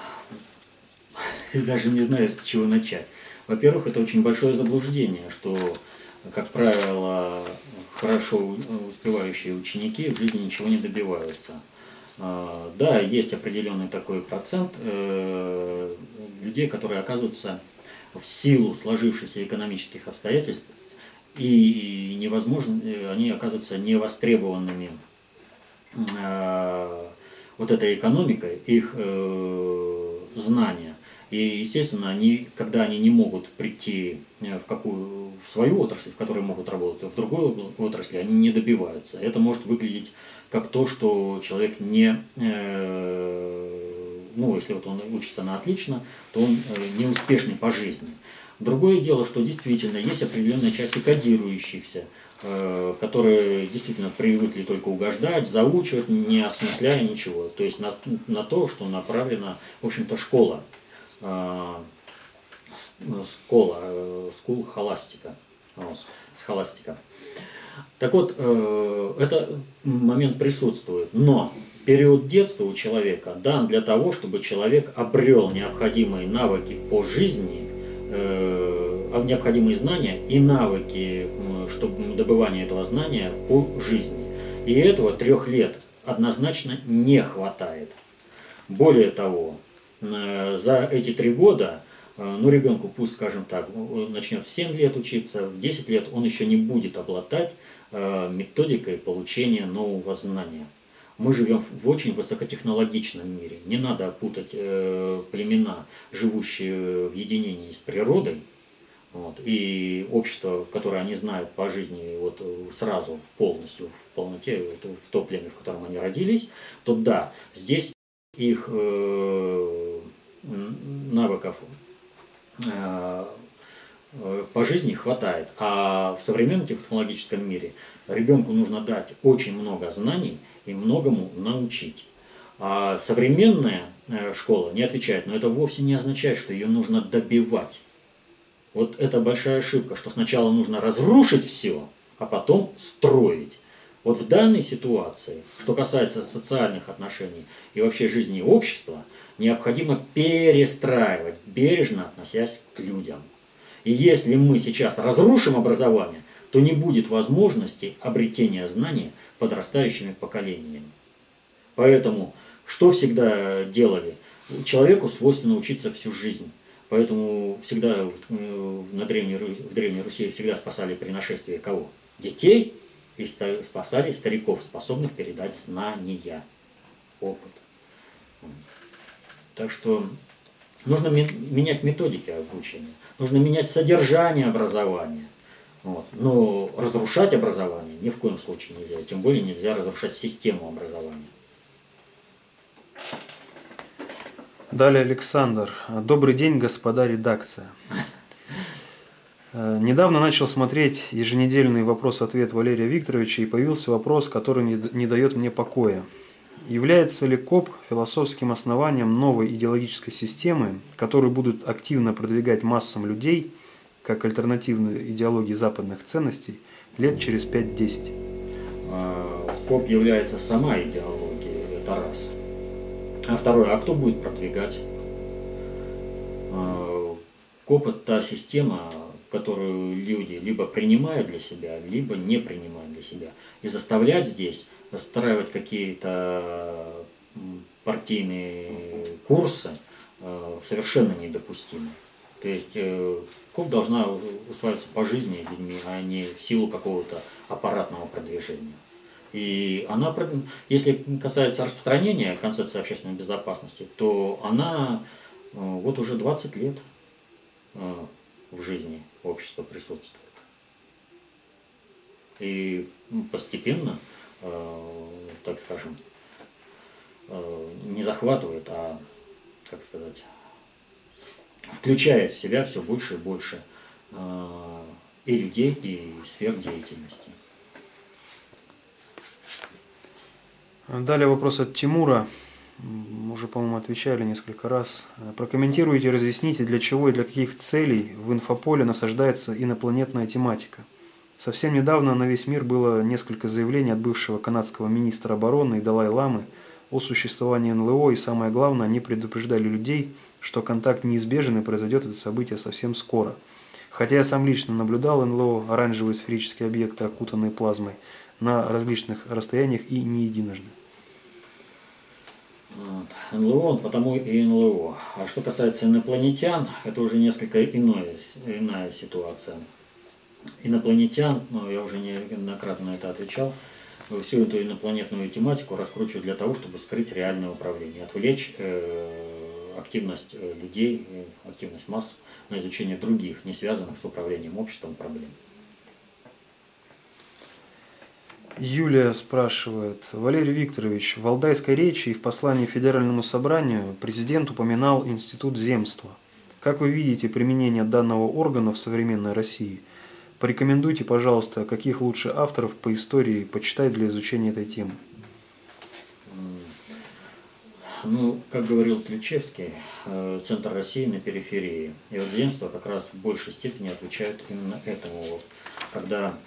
даже не знаю, с чего начать. Во-первых, это очень большое заблуждение, что, как правило, хорошо успевающие ученики в жизни ничего не добиваются. Да, есть определенный такой процент людей, которые оказываются в силу сложившихся экономических обстоятельств, и невозможно, они оказываются невостребованными э, вот этой экономикой, их э, знания. И, естественно, они, когда они не могут прийти в, какую, в свою отрасль, в которой могут работать, а в другой отрасли, они не добиваются. Это может выглядеть как то, что человек не, ну, если вот он учится на отлично, то он неуспешный по жизни. Другое дело, что действительно есть определенная часть кодирующихся, которые действительно привыкли только угождать, заучивать, не осмысляя ничего. То есть на, на то, что направлена, в общем-то, школа. Школа, скул холастика, схоластика. Так вот, этот момент присутствует, но период детства у человека дан для того, чтобы человек обрел необходимые навыки по жизни, необходимые знания и навыки, чтобы добывание этого знания по жизни. И этого трех лет однозначно не хватает. Более того, за эти три года, ну, ребенку, пусть, скажем так, начнет в семь лет учиться, в десять лет он еще не будет обладать методикой получения нового знания. Мы живем в очень высокотехнологичном мире. Не надо путать племена, живущие в единении с природой, вот, и общество, которое они знают по жизни вот, сразу, полностью, в полноте, в то племя, в котором они родились, то да, здесь их э, навыков э, по жизни хватает. А в современном технологическом мире ребенку нужно дать очень много знаний и многому научить. А современная школа не отвечает, но это вовсе не означает, что ее нужно добивать. Вот это большая ошибка, что сначала нужно разрушить все, а потом строить. Вот в данной ситуации, что касается социальных отношений и вообще жизни общества, необходимо перестраивать, бережно относясь к людям. И если мы сейчас разрушим образование, то не будет возможности обретения знания подрастающими поколениями. Поэтому, что всегда делали? Человеку свойственно учиться всю жизнь. Поэтому всегда на Древней, в Древней Руси всегда спасали при нашествии кого? Детей и спасали стариков, способных передать знания, опыт. Так что нужно менять методики обучения, нужно менять содержание образования. Вот. Но разрушать образование ни в коем случае нельзя, тем более нельзя разрушать систему образования. Далее Александр. Добрый день, господа редакция. Недавно начал смотреть еженедельный вопрос-ответ Валерия Викторовича, и появился вопрос, который не, не дает мне покоя. Является ли КОП философским основанием новой идеологической системы, которую будут активно продвигать массам людей, как альтернативную идеологии западных ценностей, лет через пять-десять? КОП является сама идеология, это раз. А второе, а кто будет продвигать? КОП – это та система, которую люди либо принимают для себя, либо не принимают для себя. И заставлять здесь устраивать какие-то партийные курсы совершенно недопустимо. То есть КОП должна усваиваться по жизни людьми, а не в силу какого-то аппаратного продвижения. И она, если касается распространения концепции общественной безопасности, то она вот уже двадцать лет в жизни общества присутствует. И постепенно, так скажем, не захватывает, а, как сказать, включает в себя все больше и больше и людей, и сфер деятельности. Далее вопрос от Тимура. Мы уже, по-моему, отвечали несколько раз. Прокомментируйте, разъясните, для чего и для каких целей в инфополе насаждается инопланетная тематика. Совсем недавно на весь мир было несколько заявлений от бывшего канадского министра обороны и Далай-ламы о существовании эн эл о, и самое главное, они предупреждали людей, что контакт неизбежен и произойдет это событие совсем скоро. Хотя я сам лично наблюдал эн эл о, оранжевые сферические объекты, окутанные плазмой, на различных расстояниях и не единожды. эн эл о, потому и эн эл о. А что касается инопланетян, это уже несколько иное, иная ситуация. Инопланетян, ну, я уже неоднократно на это отвечал, всю эту инопланетную тематику раскручивают для того, чтобы скрыть реальное управление, отвлечь э, активность людей, активность масс на изучение других, не связанных с управлением обществом проблем. Юлия спрашивает. Валерий Викторович, в Валдайской речи и в послании Федеральному собранию президент упоминал институт земства. Как вы видите применение данного органа в современной России? Порекомендуйте, пожалуйста, каких лучше авторов по истории почитать для изучения этой темы. Ну, как говорил Ключевский, центр России на периферии. И вот земства как раз в большей степени отвечают именно этому. Вот, когда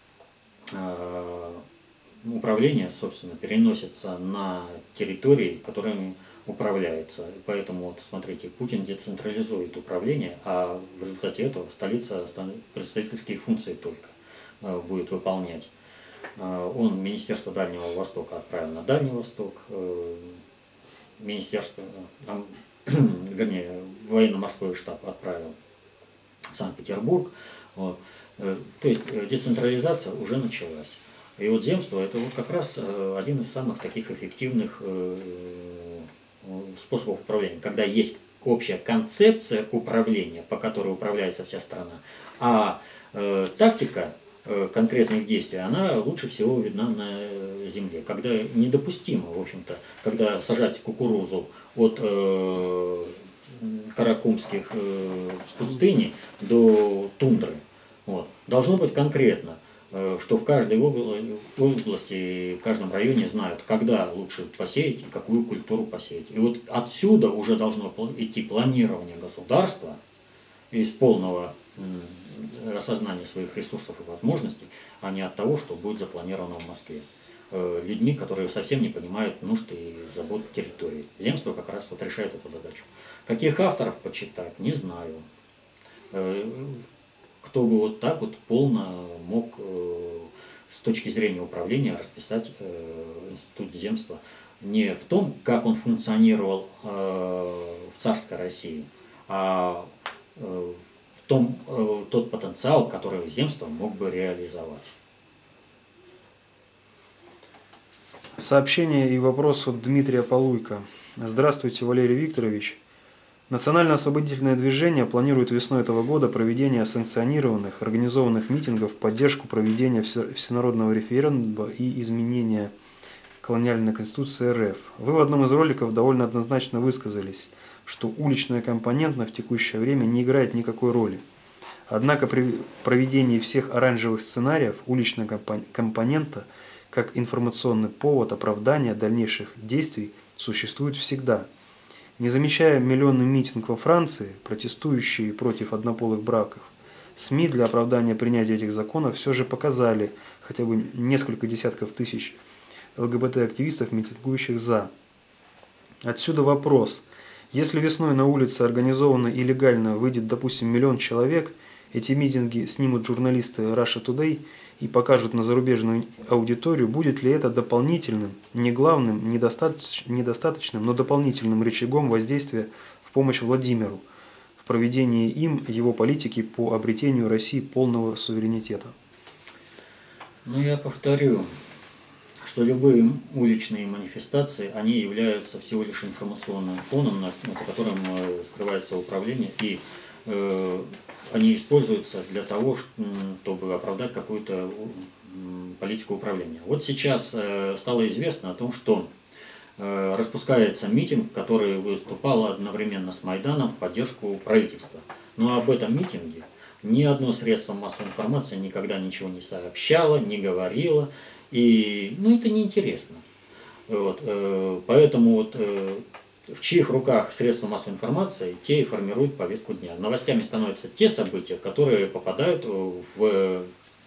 управление, собственно, переносится на территории, которыми управляется. Поэтому, вот, смотрите, Путин децентрализует управление, а в результате этого столица представительские функции только будет выполнять. Он Министерство Дальнего Востока отправил на Дальний Восток, Министерство, там, вернее, военно-морской штаб отправил в Санкт-Петербург. Вот. То есть децентрализация уже началась. И вот земство это вот как раз один из самых таких эффективных способов управления, когда есть общая концепция управления, по которой управляется вся страна, а э, тактика э, конкретных действий, она лучше всего видна на земле. Когда недопустимо, в общем-то, когда сажать кукурузу от э, каракумских э, пустыней до тундры, вот, должно быть конкретно, что в каждой области, в каждом районе знают, когда лучше посеять и какую культуру посеять. И вот отсюда уже должно идти планирование государства из полного осознания своих ресурсов и возможностей, а не от того, что будет запланировано в Москве. Людьми, которые совсем не понимают нужд и забот территории. Земство как раз вот решает эту задачу. Каких авторов почитать, не знаю. Кто бы вот так вот полно мог э, с точки зрения управления расписать э, институт земства. Не в том, как он функционировал э, в царской России, а э, в том, э, тот потенциал, который земство мог бы реализовать. Сообщение и вопрос от Дмитрия Полуйко. Здравствуйте, Валерий Викторович. Национально-освободительное движение планирует весной этого года проведение санкционированных, организованных митингов в поддержку проведения всенародного референдума и изменения колониальной конституции эр эф. Вы в одном из роликов довольно однозначно высказались, что уличная компонентность в текущее время не играет никакой роли. Однако при проведении всех оранжевых сценариев уличная компонента, как информационный повод оправдания дальнейших действий, существует всегда. Не замечая миллионный митинг во Франции, протестующие против однополых браков, СМИ для оправдания принятия этих законов все же показали хотя бы несколько десятков тысяч эл гэ бэ тэ-активистов, митингующих «за». Отсюда вопрос. Если весной на улице организованно и легально выйдет, допустим, миллион человек, эти митинги снимут журналисты Russia Today и покажут на зарубежную аудиторию, будет ли это дополнительным, не главным, недостаточ, недостаточным, но дополнительным рычагом воздействия в помощь Владимиру в проведении им его политики по обретению России полного суверенитета. Ну, я повторю, что любые уличные манифестации, они являются всего лишь информационным фоном, за которым скрывается управление, и э, они используются для того, чтобы оправдать какую-то политику управления. Вот сейчас стало известно о том, что распускается митинг, который выступал одновременно с Майданом в поддержку правительства. Но об этом митинге ни одно средство массовой информации никогда ничего не сообщало, не говорило. И ну, это неинтересно. Вот, поэтому вот, в чьих руках средства массовой информации, те и формируют повестку дня. Новостями становятся те события, которые попадают в,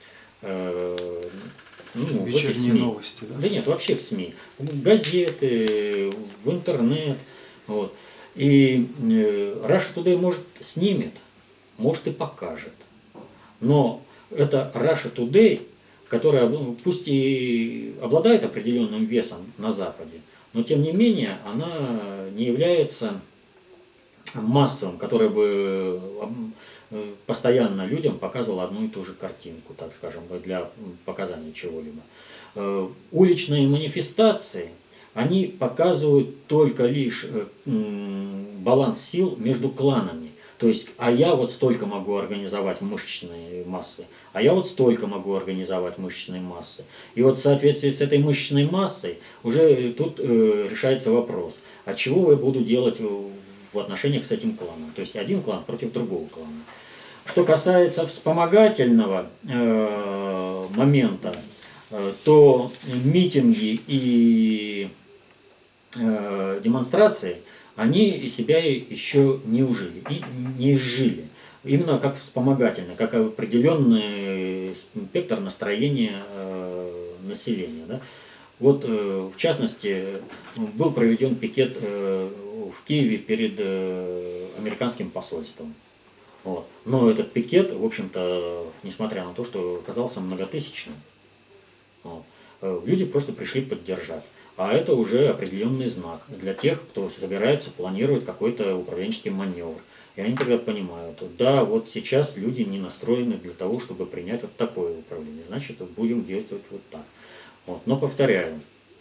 э, ну, в эти СМИ. Новости, да? Да нет, вообще в СМИ. В газеты, в интернет. Вот. И э, Russia Today может снимет, может и покажет. Но это Russia Today, которая пусть и обладает определенным весом на Западе, но тем не менее она не является массовым, который бы постоянно людям показывал одну и ту же картинку, так скажем, для показания чего-либо. Уличные манифестации, они показывают только лишь баланс сил между кланами. То есть, а я вот столько могу организовать мышечные массы, а я вот столько могу организовать мышечные массы. И вот в соответствии с этой мышечной массой уже тут э, решается вопрос, а чего я буду делать в отношениях с этим кланом. То есть, один клан против другого клана. Что касается вспомогательного э, момента, э, то митинги и э, демонстрации, они себя еще не ужили, и не изжили. Именно как вспомогательный, как определенный спектр настроения э, населения. Да? Вот, э, в частности, был проведен пикет э, в Киеве перед э, американским посольством. Вот. Но этот пикет, в общем-то, несмотря на то, что оказался многотысячным, вот, э, люди просто пришли поддержать. А это уже определенный знак для тех, кто собирается планировать какой-то управленческий маневр. И они тогда понимают, да, вот сейчас люди не настроены для того, чтобы принять вот такое управление. Значит, будем действовать вот так. Вот. Но повторяю,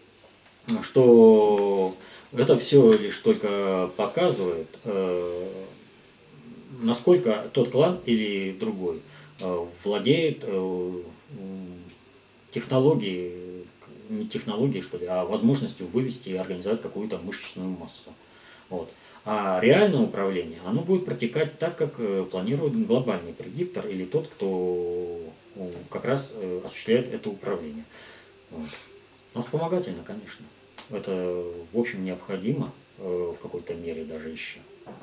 что это все лишь только показывает, э, насколько тот клан или другой э, владеет э, технологией, не технологией, что ли, а возможностью вывести и организовать какую-то мышечную массу. Вот. А реальное управление, оно будет протекать так, как планирует глобальный предиктор или тот, кто как раз осуществляет это управление. Вот. Но вспомогательно, конечно. Это, в общем, необходимо в какой-то мере даже еще.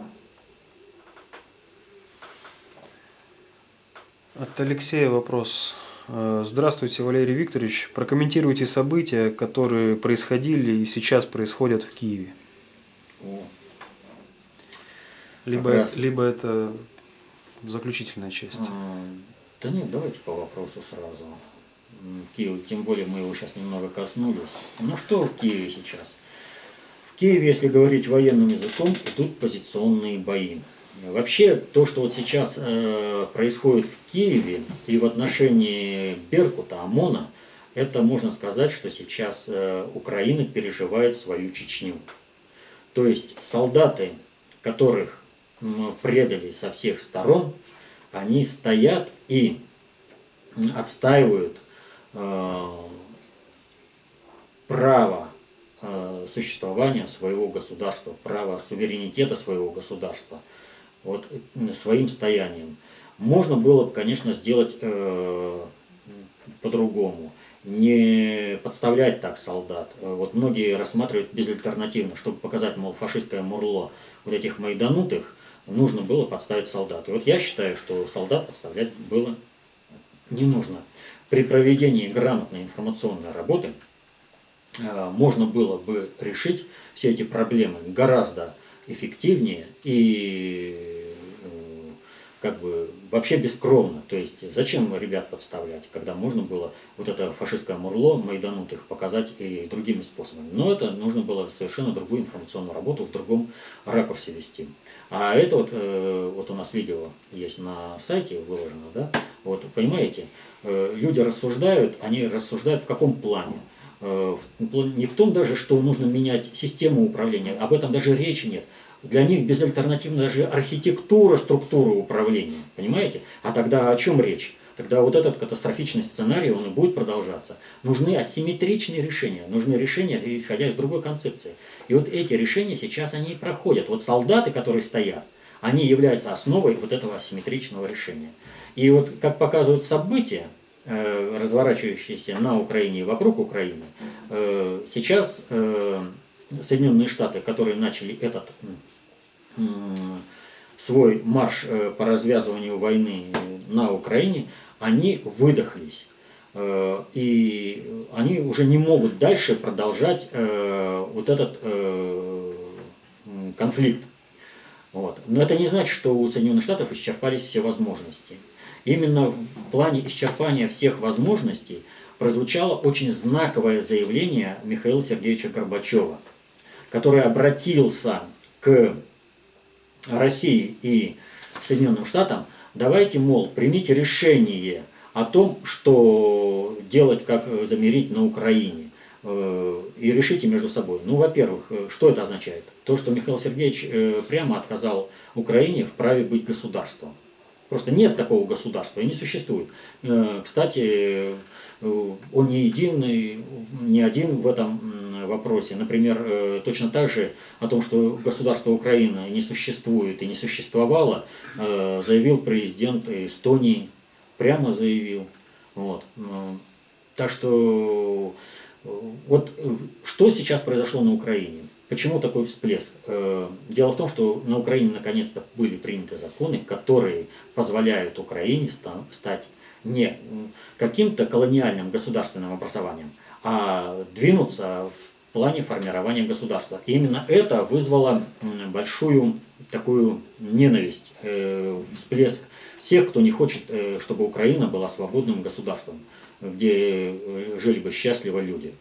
От Алексея вопрос. Здравствуйте, Валерий Викторович. Прокомментируйте события, которые происходили и сейчас происходят в Киеве. О, либо, раз... либо это заключительная часть. А, да нет, давайте по вопросу сразу. Киев, тем более мы его сейчас немного коснулись. Ну что в Киеве сейчас? В Киеве, если говорить военным языком, идут позиционные бои. Вообще, то, что вот сейчас э, происходит в Киеве и в отношении Беркута, ОМОНа, это можно сказать, что сейчас э, Украина переживает свою Чечню. То есть солдаты, которых м, предали со всех сторон, они стоят и отстаивают э, право э, существования своего государства, право суверенитета своего государства. Вот своим стоянием. Можно было бы, конечно, сделать э, по-другому. Не подставлять так солдат. Вот многие рассматривают безальтернативно, чтобы показать, мол, фашистское мурло вот этих майданутых, нужно было подставить солдат. И вот я считаю, что солдат подставлять было не нужно. При проведении грамотной информационной работы э, можно было бы решить все эти проблемы гораздо эффективнее и как бы вообще бескровно. То есть зачем ребят подставлять, когда можно было вот это фашистское мурло майданутых показать и другими способами. Но это нужно было совершенно другую информационную работу в другом ракурсе вести. А это вот, э, вот у нас видео есть на сайте выложено, да? Вот понимаете, э, люди рассуждают, они рассуждают в каком плане? Э, не в том даже, что нужно менять систему управления, об этом даже речи нет. Для них безальтернативна даже архитектура, структура управления, понимаете? А тогда о чем речь? Тогда вот этот катастрофичный сценарий, он и будет продолжаться. Нужны асимметричные решения, нужны решения, исходя из другой концепции. И вот эти решения сейчас они и проходят. Вот солдаты, которые стоят, они являются основой вот этого асимметричного решения. И вот как показывают события, э, разворачивающиеся на Украине и вокруг Украины, э, сейчас э, Соединенные Штаты, которые начали этот свой марш по развязыванию войны на Украине, они выдохлись. И они уже не могут дальше продолжать вот этот конфликт. Вот. Но это не значит, что у Соединенных Штатов исчерпались все возможности. Именно в плане исчерпания всех возможностей прозвучало очень знаковое заявление Михаила Сергеевича Горбачева, который обратился к России и Соединенным Штатам: давайте, мол, примите решение о том, что делать, как замерить на Украине. и решите между собой. Ну, во-первых, что это означает? То, что Михаил Сергеевич прямо отказал Украине в праве быть государством. Просто нет такого государства и не существует. Кстати, он не единый, не один в этом вопросе. Например, точно так же о том, что государство Украина не существует и не существовало, заявил президент Эстонии, прямо заявил. Вот. Так что вот что сейчас произошло на Украине? Почему такой всплеск? Дело в том, что на Украине наконец-то были приняты законы, которые позволяют Украине стать не каким-то колониальным государственным образованием, а двинуться в плане формирования государства. И именно это вызвало большую такую ненависть, всплеск всех, кто не хочет, чтобы Украина была свободным государством, где жили бы счастливо люди.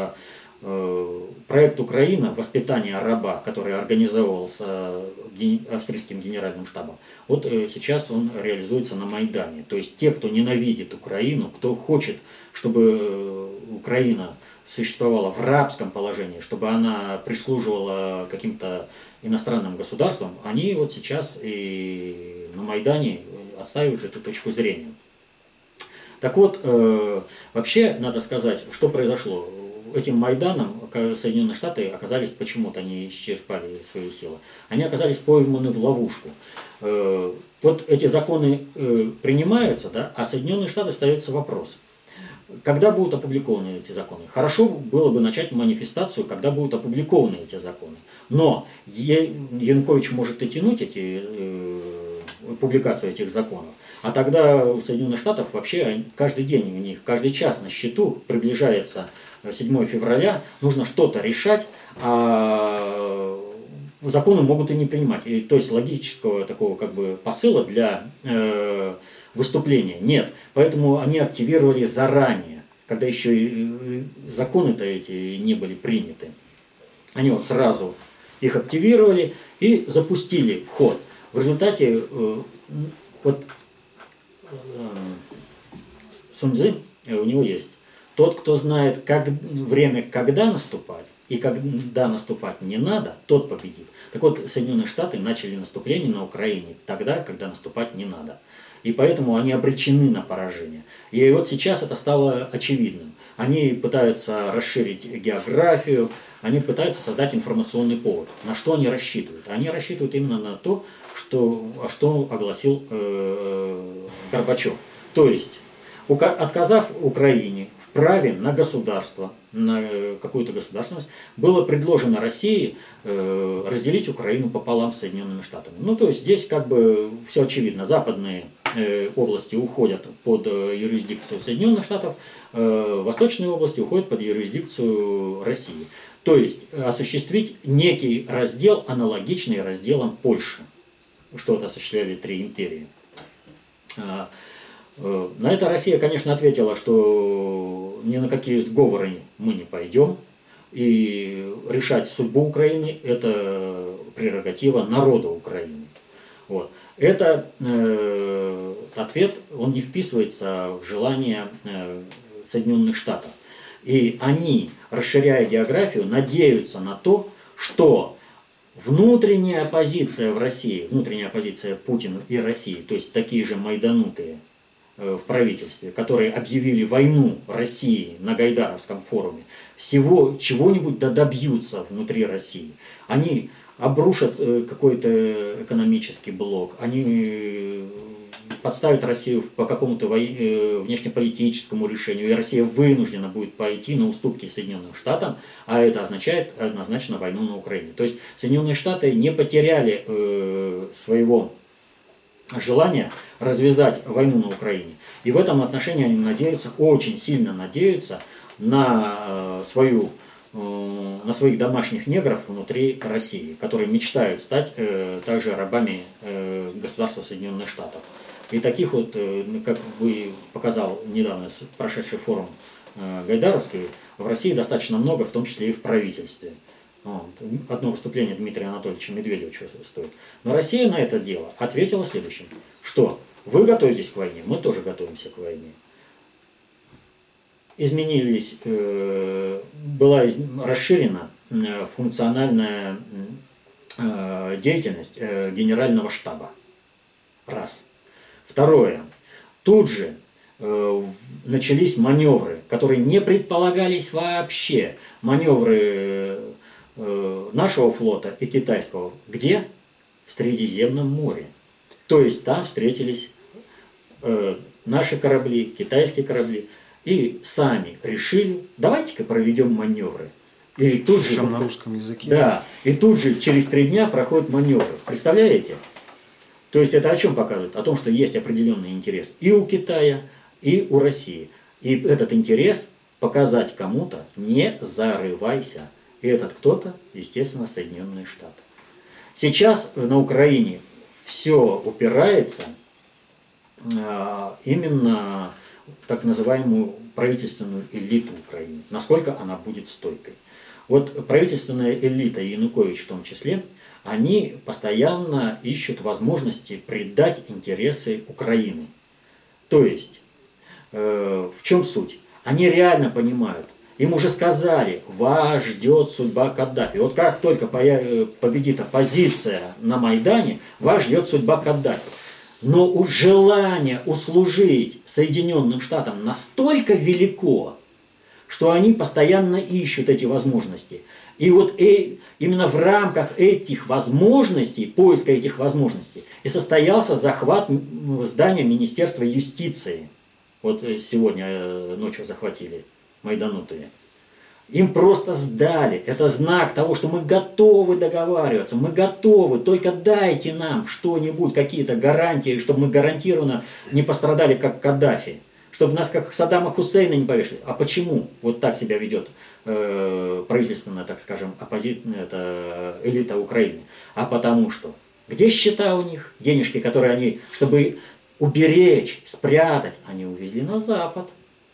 Проект «Украина. Воспитание раба», который организовывался австрийским генеральным штабом, вот сейчас он реализуется на Майдане. То есть те, кто ненавидит Украину, кто хочет, чтобы Украина существовала в рабском положении, чтобы она прислуживала каким-то иностранным государствам, они вот сейчас и на Майдане отстаивают эту точку зрения. Так вот, э, вообще надо сказать, что произошло. Этим Майданом Соединенные Штаты оказались, почему-то они исчерпали свои силы, они оказались пойманы в ловушку. Э, вот эти законы э, принимаются, да, а Соединенные Штаты остается вопрос. Когда будут опубликованы эти законы? Хорошо было бы начать манифестацию, когда будут опубликованы эти законы. Но Янукович может и тянуть эти, э, публикацию этих законов. А тогда у Соединенных Штатов вообще каждый день у них, каждый час на счету, приближается седьмое февраля, нужно что-то решать, а законы могут и не принимать. И, то есть логического такого как бы посыла для э, выступления нет. Поэтому они активировали заранее, когда еще и законы-то эти не были приняты. Они вот сразу их активировали и запустили в ход. В результате э, вот Сунь Цзы, у него есть: тот, кто знает как, время, когда наступать, и когда наступать не надо, тот победит. Так вот, Соединенные Штаты начали наступление на Украине тогда, когда наступать не надо. И поэтому они обречены на поражение. И вот сейчас это стало очевидным. Они пытаются расширить географию, они пытаются создать информационный повод. На что они рассчитывают? Они рассчитывают именно на то, что, что огласил э, Горбачев. То есть, отказав Украине в праве на государство, на какую-то государственность, было предложено России э, разделить Украину пополам с Соединенными Штатами. Ну, то есть, здесь как бы все очевидно. Западные э, области уходят под э, юрисдикцию Соединенных Штатов, э, восточные области уходят под юрисдикцию России. То есть, осуществить некий раздел, аналогичный разделам Польши, что это осуществляли три империи. На это Россия, конечно, ответила, что ни на какие сговоры мы не пойдем, и решать судьбу Украины – это прерогатива народа Украины. Вот. Это э, ответ, он не вписывается в желание э, Соединенных Штатов. И они, расширяя географию, надеются на то, что внутренняя оппозиция в России, внутренняя оппозиция Путину и России, то есть такие же майданутые в правительстве, которые объявили войну России на Гайдаровском форуме, всего чего-нибудь да добьются внутри России. Они обрушат какой-то экономический блок, они подставят Россию по какому-то внешнеполитическому решению, и Россия вынуждена будет пойти на уступки Соединенным Штатам, а это означает однозначно войну на Украине. То есть Соединенные Штаты не потеряли э, своего желания развязать войну на Украине. И в этом отношении они надеются, очень сильно надеются на, э, свою, э, на своих домашних негров внутри России, которые мечтают стать э, также рабами э, государства Соединенных Штатов. И таких вот, э, как бы показал недавно прошедший форум э, Гайдаровский, в России достаточно много, в том числе и в правительстве. Вот. Одно выступление Дмитрия Анатольевича Медведева чего стоит. Но Россия на это дело ответила следующим, что вы готовитесь к войне, мы тоже готовимся к войне. изменились, э, была из, расширена э, функциональная э, деятельность э, генерального штаба. Раз. Второе. Тут же э, начались маневры, которые не предполагались вообще. Маневры э, нашего флота и китайского. Где? В Средиземном море. То есть там встретились э, наши корабли, китайские корабли. И сами решили, давайте-ка проведем маневры. И тут же, на русском языке. Да, и тут же через три дня проходят маневры. Представляете? То есть это о чем показывает? О том, что есть определенный интерес и у Китая, и у России. И этот интерес показать кому-то: не зарывайся. И этот кто-то, естественно, Соединенные Штаты. Сейчас на Украине все упирается именно так называемую правительственную элиту Украины. Насколько она будет стойкой. Вот правительственная элита, Янукович в том числе, они постоянно ищут возможности предать интересы Украины. То есть, э, в чем суть? Они реально понимают, им уже сказали, вас ждет судьба Каддафи. Вот как только победит оппозиция на Майдане, вас ждет судьба Каддафи. Но у желания услужить Соединенным Штатам настолько велико, что они постоянно ищут эти возможности. И вот э, именно в рамках этих возможностей, поиска этих возможностей, и состоялся захват здания Министерства юстиции. Вот сегодня ночью захватили майданутые. Им просто сдали. Это знак того, что мы готовы договариваться, мы готовы, только дайте нам что-нибудь, какие-то гарантии, чтобы мы гарантированно не пострадали, как Каддафи, чтобы нас, как Саддама Хусейна, не повешали. А почему вот так себя ведет э, правительственная, так скажем, оппозитная это элита Украины? А потому что где счета у них, денежки, которые они, чтобы уберечь, спрятать, они увезли на Запад.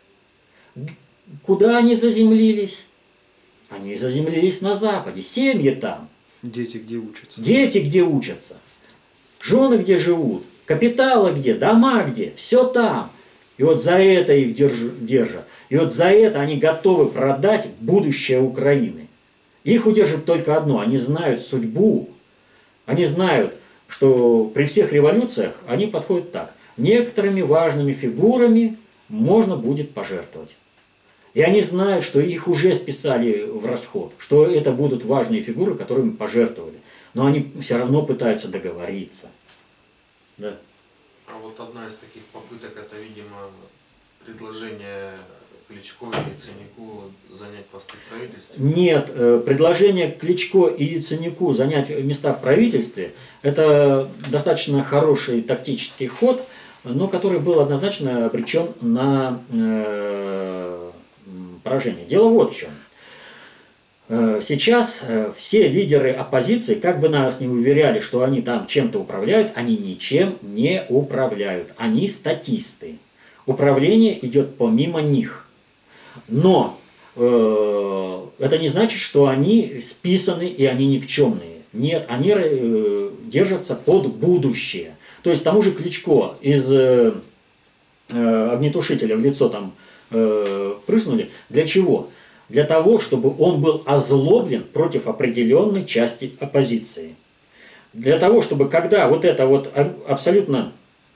Куда они заземлились? Они заземлились на Западе. Семьи там. Дети где учатся? Дети где учатся. Жены где живут. Капиталы где. Дома где. Все там. И вот за это их держат. И вот за это они готовы продать будущее Украины. Их удержит только одно. Они знают судьбу. Они знают, что при всех революциях они подходят так. Некоторыми важными фигурами можно будет пожертвовать. И они знают, что их уже списали в расход, что это будут важные фигуры, которыми пожертвовали. Но они все равно пытаются договориться. Да. А вот одна из таких попыток, это, видимо, предложение Кличко и Яценюку занять посты в правительстве? Нет, предложение Кличко и Яценюку занять места в правительстве – это достаточно хороший тактический ход, но который был однозначно обречен на э, поражение. Дело вот в чем. Сейчас все лидеры оппозиции, как бы нас не уверяли, что они там чем-то управляют, они ничем не управляют. Они статисты. Управление идет помимо них. Но э, это не значит, что они списаны и они никчемные. Нет, они э, держатся под будущее. То есть тому же Кличко из э, огнетушителя в лицо там э, прыснули. Для чего? Для того, чтобы он был озлоблен против определенной части оппозиции. Для того, чтобы когда вот эта вот абсолютно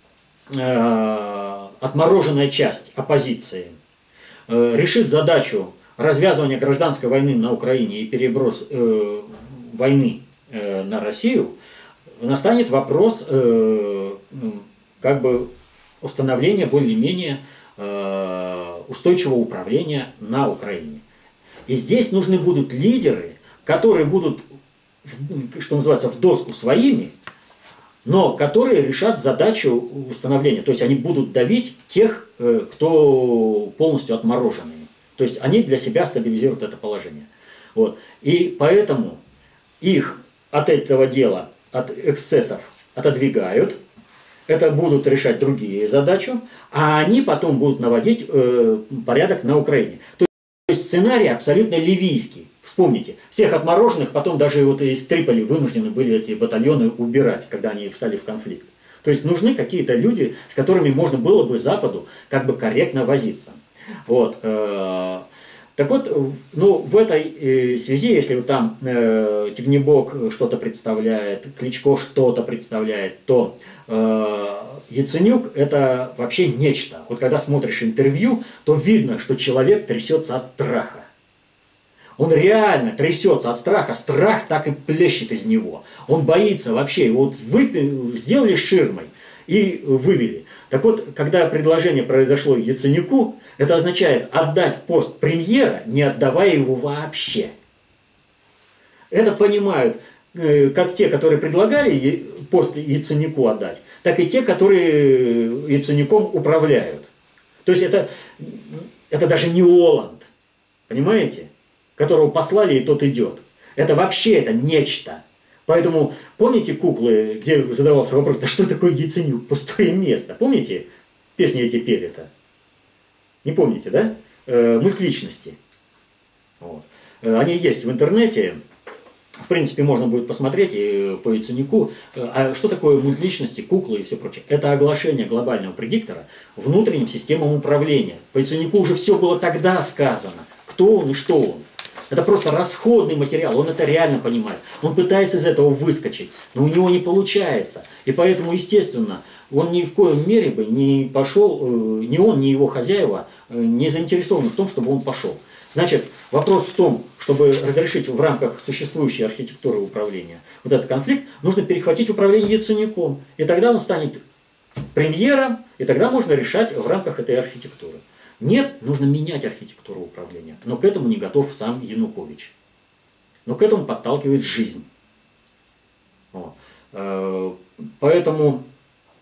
э, отмороженная часть оппозиции э, решит задачу развязывания гражданской войны на Украине и переброс э, войны э, на Россию, настанет вопрос э, как бы установления более-менее э, устойчивого управления на Украине. И здесь нужны будут лидеры, которые будут, что называется, в доску своими, но которые решат задачу установления. То есть они будут давить тех, кто полностью отмороженные. То есть они для себя стабилизируют это положение. Вот. И поэтому их от этого дела, от эксцессов отодвигают. Это будут решать другие задачи, а они потом будут наводить э, порядок на Украине. То есть сценарий абсолютно ливийский. Вспомните, всех отмороженных потом даже вот из Триполи вынуждены были эти батальоны убирать, когда они встали в конфликт. То есть нужны какие-то люди, с которыми можно было бы Западу как бы корректно возиться. Вот. Так вот, ну, в этой связи, если вот там э, Тягнебок что-то представляет, Кличко что-то представляет, то э, Яценюк – это вообще нечто. Вот когда смотришь интервью, то видно, что человек трясется от страха. Он реально трясется от страха, страх так и плещет из него. Он боится вообще, его вот выпи- сделали ширмой и вывели. Так вот, когда предложение произошло Яценюку, это означает отдать пост премьера, не отдавая его вообще. Это понимают как те, которые предлагали пост Яценюку отдать, так и те, которые Яценюком управляют. То есть это, это даже не Оланд, понимаете, которого послали, и тот идет. Это вообще это нечто. Поэтому помните куклы, где задавался вопрос, да что такое Яценюк, пустое место? Помните, песни эти пели-то? Не помните, да? Э, мультличности. Вот. Они есть в интернете. В принципе, можно будет посмотреть и по Яценюку. А что такое мультличности, куклы и все прочее? Это оглашение глобального предиктора внутренним системам управления. По Яценюку уже все было тогда сказано. Кто он и что он. Это просто расходный материал, он это реально понимает. Он пытается из этого выскочить, но у него не получается. И поэтому, естественно, он ни в коем мере бы не пошел, ни он, ни его хозяева не заинтересованы в том, чтобы он пошел. Значит, вопрос в том, чтобы разрешить в рамках существующей архитектуры управления вот этот конфликт, нужно перехватить управление Яценюком. И тогда он станет премьером, и тогда можно решать в рамках этой архитектуры. Нет, нужно менять архитектуру управления. Но к этому не готов сам Янукович. Но к этому подталкивает жизнь. Вот. Поэтому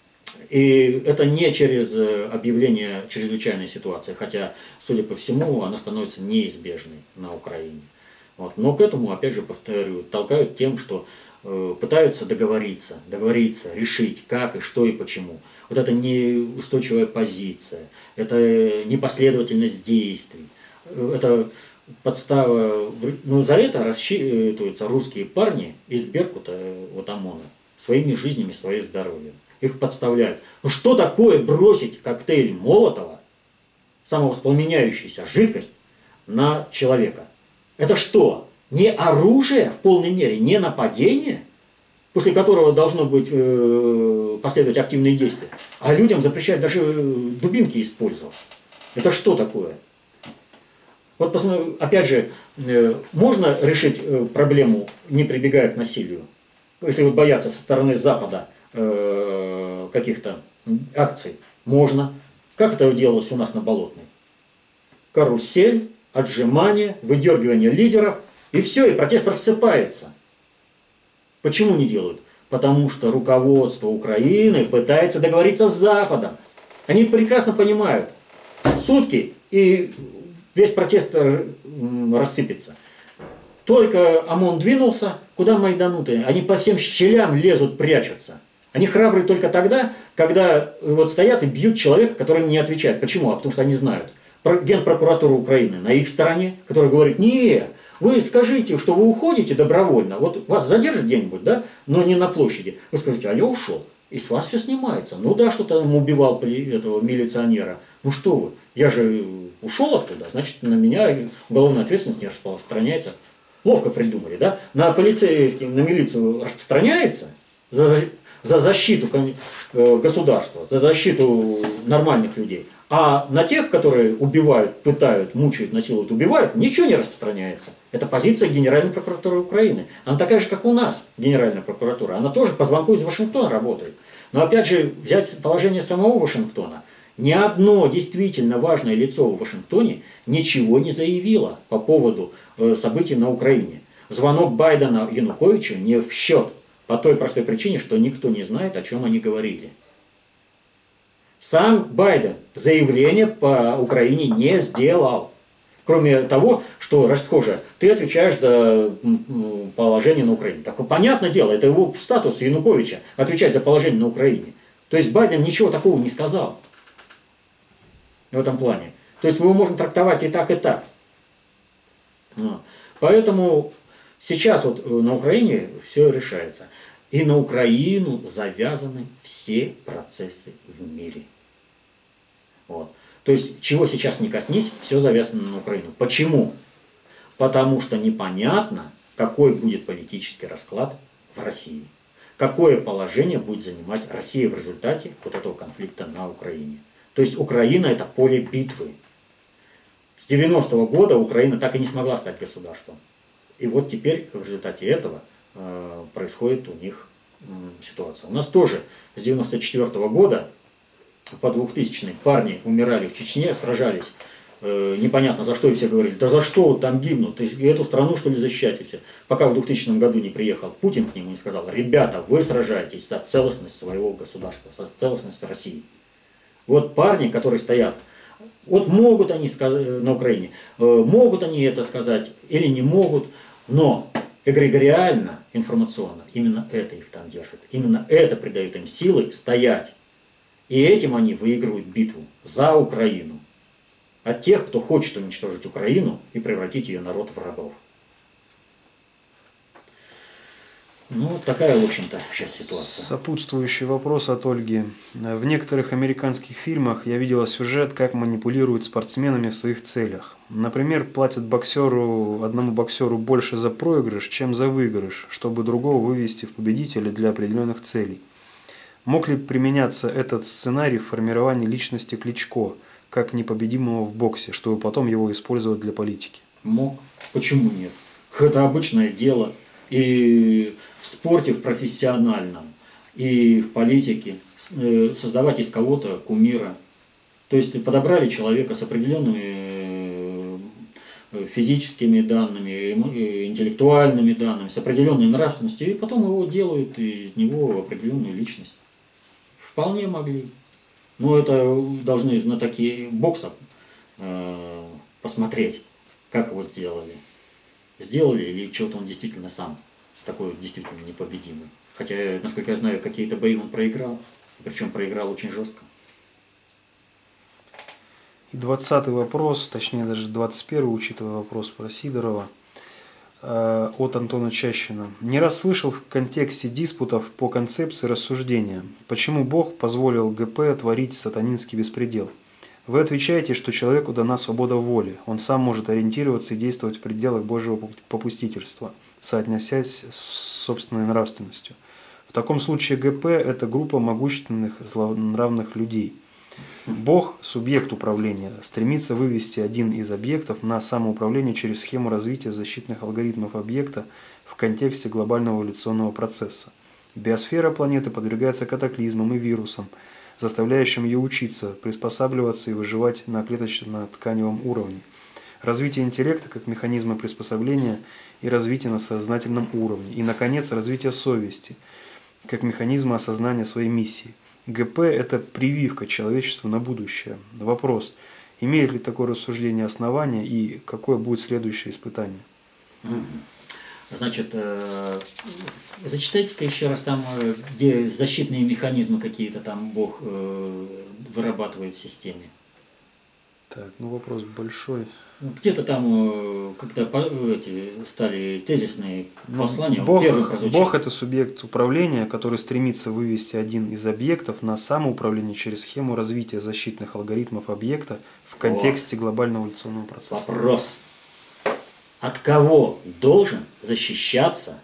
и это не через объявление чрезвычайной ситуации, хотя, судя по всему, она становится неизбежной на Украине. Вот. Но к этому, опять же, повторю, толкают тем, что э, пытаются договориться, договориться, решить, как и что и почему. Вот это неустойчивая позиция, это непоследовательность действий, это подстава. Ну, за это рассчитываются русские парни из Беркута, вот ОМОНа, своими жизнями, своим здоровьем. Их подставляют. Ну что такое бросить коктейль Молотова, самовоспламеняющаяся жидкость, на человека? Это что? Не оружие в полной мере, не нападение, после которого должно быть э, последовать активные действия, а людям запрещать даже дубинки использовать. Это что такое? Вот опять же, э, можно решить э, проблему, не прибегая к насилию, если вот боятся со стороны Запада э, каких-то акций? Можно. Как это делалось у нас на Болотной? Карусель, отжимание, выдергивание лидеров, и все, и протест рассыпается. Почему не делают? Потому что руководство Украины пытается договориться с Западом. Они прекрасно понимают, сутки, и весь протест рассыпется. Только ОМОН двинулся, куда майданутые? Они по всем щелям лезут, прячутся. Они храбрые только тогда, когда вот стоят и бьют человека, который им не отвечает. Почему? А потому что они знают. Генпрокуратура Украины на их стороне, которая говорит, не, вы скажите, что вы уходите добровольно, вот вас задержат где-нибудь, да, но не на площади. Вы скажете, а я ушел, и с вас все снимается. Ну да, что-то он убивал этого милиционера. Ну что вы, я же ушел оттуда, значит на меня уголовная ответственность не распространяется. Ловко придумали, да? На полицейских, на милицию распространяется за, за защиту государства, за защиту нормальных людей. А на тех, которые убивают, пытают, мучают, насилуют, убивают, ничего не распространяется. Это позиция Генеральной прокуратуры Украины. Она такая же, как у нас, Генеральная прокуратура. Она тоже по звонку из Вашингтона работает. Но опять же, взять положение самого Вашингтона. Ни одно действительно важное лицо в Вашингтоне ничего не заявило по поводу э, событий на Украине. Звонок Байдена Януковичу не в счет. По той простой причине, что никто не знает, о чем они говорили. Сам Байден заявление по Украине не сделал. Кроме того, что, расхоже, ты отвечаешь за положение на Украине. Так понятное дело, это его статус Януковича, отвечать за положение на Украине. То есть Байден ничего такого не сказал в этом плане. То есть мы его можем трактовать и так, и так. Поэтому сейчас вот на Украине все решается. И на Украину завязаны все процессы в мире. Вот. То есть, чего сейчас не коснись, все завязано на Украину. Почему? Потому что непонятно, какой будет политический расклад в России. Какое положение будет занимать Россия в результате вот этого конфликта на Украине. То есть, Украина – это поле битвы. С девяностого года Украина так и не смогла стать государством. И вот теперь в результате этого э, происходит у них э, ситуация. У нас тоже с девяносто четвёртого года по двухтысячный парни умирали в Чечне, сражались. Э, непонятно за что, и все говорили, да за что вот там гибнут, эту страну что ли защищать и все. Пока в двухтысячном году не приехал Путин к нему и сказал, ребята, вы сражаетесь за целостность своего государства, за целостность России. Вот парни, которые стоят, вот могут они сказать на Украине, могут они это сказать или не могут, но эгрегориально, информационно, именно это их там держит. Именно это придает им силы стоять. И этим они выигрывают битву за Украину. От тех, кто хочет уничтожить Украину и превратить ее народ в рабов. Ну, такая, в общем-то, сейчас ситуация. Сопутствующий вопрос от Ольги. В некоторых американских фильмах я видела сюжет, как манипулируют спортсменами в своих целях. Например, платят боксеру, одному боксеру больше за проигрыш, чем за выигрыш, чтобы другого вывести в победителя для определенных целей. Мог ли применяться этот сценарий в формировании личности Кличко, как непобедимого в боксе, чтобы потом его использовать для политики? Мог. Почему нет? Это обычное дело. И в спорте, в профессиональном, и в политике создавать из кого-то кумира. То есть подобрали человека с определенными физическими данными, интеллектуальными данными, с определенной нравственностью, и потом его делают из него определенную личность. Вполне могли. Но это должны знатоки бокса э, посмотреть, как его сделали. Сделали или что-то он действительно сам такой действительно непобедимый. Хотя, насколько я знаю, какие-то бои он проиграл, причем проиграл очень жестко. И двадцатый вопрос, точнее даже двадцать первый, учитывая вопрос про Сидорова, от Антона Чащина. Не раз слышал в контексте диспутов по концепции рассуждения, почему Бог позволил ГП творить сатанинский беспредел. Вы отвечаете, что человеку дана свобода воли, он сам может ориентироваться и действовать в пределах Божьего попустительства, соотносясь с собственной нравственностью. В таком случае ГП – это группа могущественных, злонравных людей. Бог, субъект управления, стремится вывести один из объектов на самоуправление через схему развития защитных алгоритмов объекта в контексте глобального эволюционного процесса. Биосфера планеты подвергается катаклизмам и вирусам, заставляющим ее учиться, приспосабливаться и выживать на клеточно-тканевом уровне. Развитие интеллекта как механизма приспособления и развитие на сознательном уровне. И, наконец, развитие совести как механизма осознания своей миссии. ГП – это прививка человечеству на будущее. Вопрос, имеет ли такое рассуждение основания и какое будет следующее испытание? Значит, э, зачитайте-ка еще раз там, где защитные механизмы какие-то там Бог э, вырабатывает в системе. Так, ну вопрос большой. Где-то там, когда эти стали тезисные послания, Бог, первый прозвучал. Бог – это субъект управления, который стремится вывести один из объектов на самоуправление через схему развития защитных алгоритмов объекта в контексте глобального эволюционного процесса. Вопрос. От кого должен защищаться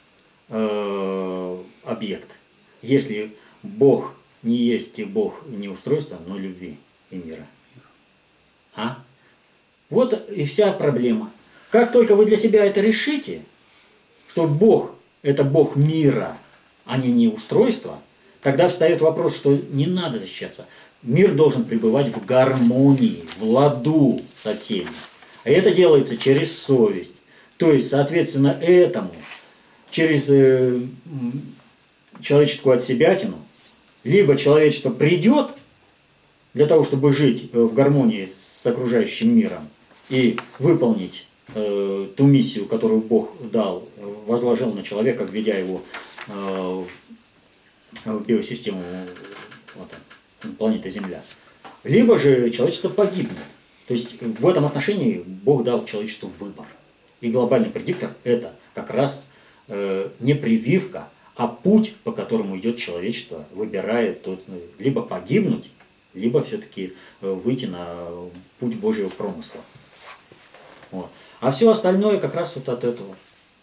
э, объект, если Бог не есть Бог не устройства, но любви и мира? А? Вот и вся проблема. Как только вы для себя это решите, что Бог – это Бог мира, а не неустройство, тогда встает вопрос, что не надо защищаться. Мир должен пребывать в гармонии, в ладу со всеми. А это делается через совесть. То есть, соответственно, этому, через э, человеческую отсебятину, либо человечество придет для того, чтобы жить в гармонии с окружающим миром и выполнить э, ту миссию, которую Бог дал, возложил на человека, введя его э, в биосистему вот, планеты Земля. Либо же человечество погибнет. То есть в этом отношении Бог дал человечеству выбор. И глобальный предиктор – это как раз э, не прививка, а путь, по которому идет человечество, выбирает тут, либо погибнуть, либо все-таки выйти на путь Божьего промысла. Вот. А все остальное как раз вот от этого.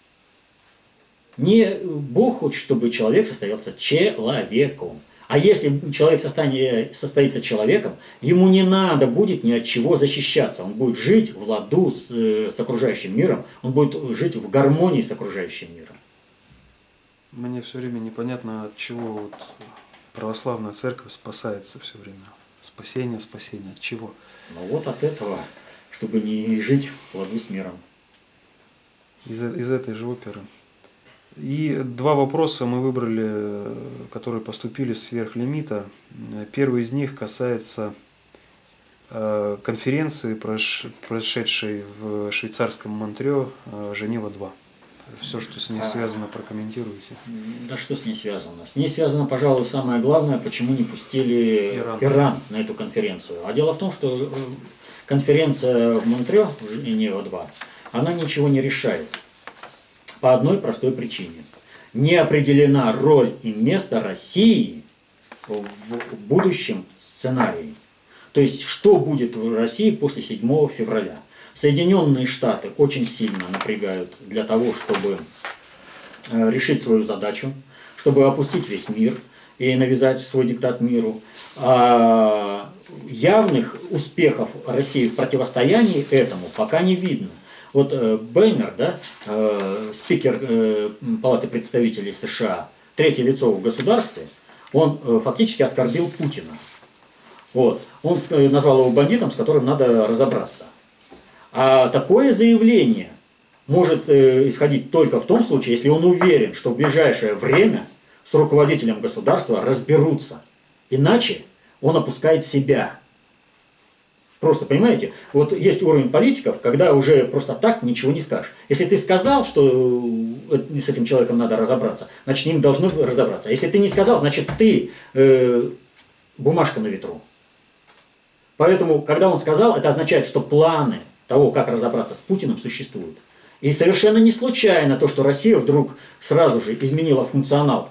Не Бог хочет, чтобы человек состоялся человеком. А если человек состоится человеком, ему не надо будет ни от чего защищаться. Он будет жить в ладу с, с окружающим миром, он будет жить в гармонии с окружающим миром. Мне все время непонятно, от чего вот православная церковь спасается все время. Спасение, спасение, от чего? Ну вот от этого, чтобы не жить в ладу с миром. Из, из этой же оперы. И два вопроса мы выбрали, которые поступили сверх лимита. Первый из них касается конференции, прошедшей в швейцарском Монтрео «Женева-два». Все, что с ней связано, прокомментируйте. Да что с ней связано? С ней связано, пожалуй, самое главное, почему не пустили Иран, Иран на эту конференцию. А дело в том, что конференция в Монтрео, Женева-два, она ничего не решает. По одной простой причине. Не определена роль и место России в будущем сценарии. То есть, что будет в России после седьмого февраля. Соединенные Штаты очень сильно напрягают для того, чтобы решить свою задачу, чтобы опустить весь мир и навязать свой диктат миру. А явных успехов России в противостоянии этому пока не видно. Вот э, Бейнер, да, э, спикер э, Палаты представителей США, третье лицо в государстве, он э, фактически оскорбил Путина. Вот. Он назвал его бандитом, с которым надо разобраться. А такое заявление может э, исходить только в том случае, если он уверен, что в ближайшее время с руководителем государства разберутся. Иначе он опускает себя. Просто, понимаете, вот есть уровень политиков, когда уже просто так ничего не скажешь. Если ты сказал, что с этим человеком надо разобраться, значит, с ним должны разобраться. А если ты не сказал, значит, ты э, бумажка на ветру. Поэтому, когда он сказал, это означает, что планы того, как разобраться с Путиным, существуют. И совершенно не случайно то, что Россия вдруг сразу же изменила функционал,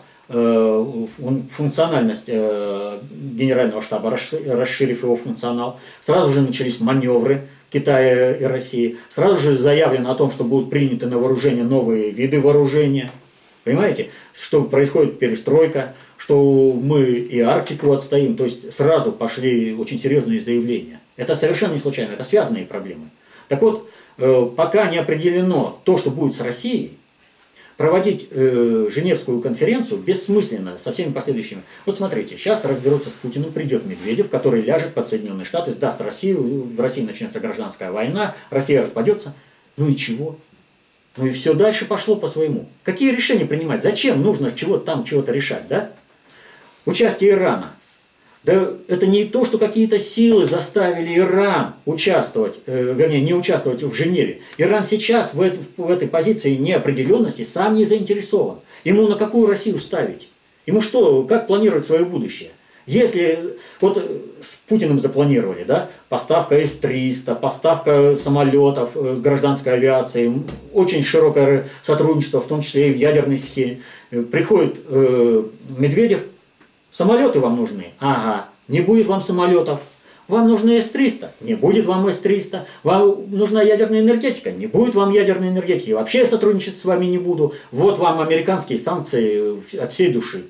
функциональность Генерального штаба, расширив его функционал. Сразу же начались маневры Китая и России. Сразу же заявлено о том, что будут приняты на вооружение новые виды вооружения. Понимаете, что происходит перестройка, что мы и Арктику отстоим. То есть сразу пошли очень серьезные заявления. Это совершенно не случайно, это связанные проблемы. Так вот, пока не определено то, что будет с Россией, проводить э, Женевскую конференцию бессмысленно, со всеми последующими. Вот смотрите, сейчас разберутся с Путиным, придет Медведев, который ляжет под Соединенные Штаты, сдаст Россию, в России начнется гражданская война, Россия распадется. Ну и чего? Ну и все дальше пошло по своему. Какие решения принимать? Зачем нужно чего-то там, чего-то решать, да? Участие Ирана. Да это не то, что какие-то силы заставили Иран участвовать, э, вернее, не участвовать в Женеве. Иран сейчас в, это, в этой позиции неопределенности сам не заинтересован. Ему на какую Россию ставить? Ему что, как планировать свое будущее? Если вот с Путиным запланировали, да, поставка эс триста, поставка самолетов, э, гражданской авиации, очень широкое сотрудничество, в том числе и в ядерной схеме. Приходит э, Медведев. Самолеты вам нужны? Ага. Не будет вам самолетов. Вам нужны эс триста? Не будет вам эс триста. Вам нужна ядерная энергетика? Не будет вам ядерной энергетики. Вообще я сотрудничать с вами не буду. Вот вам американские санкции от всей души.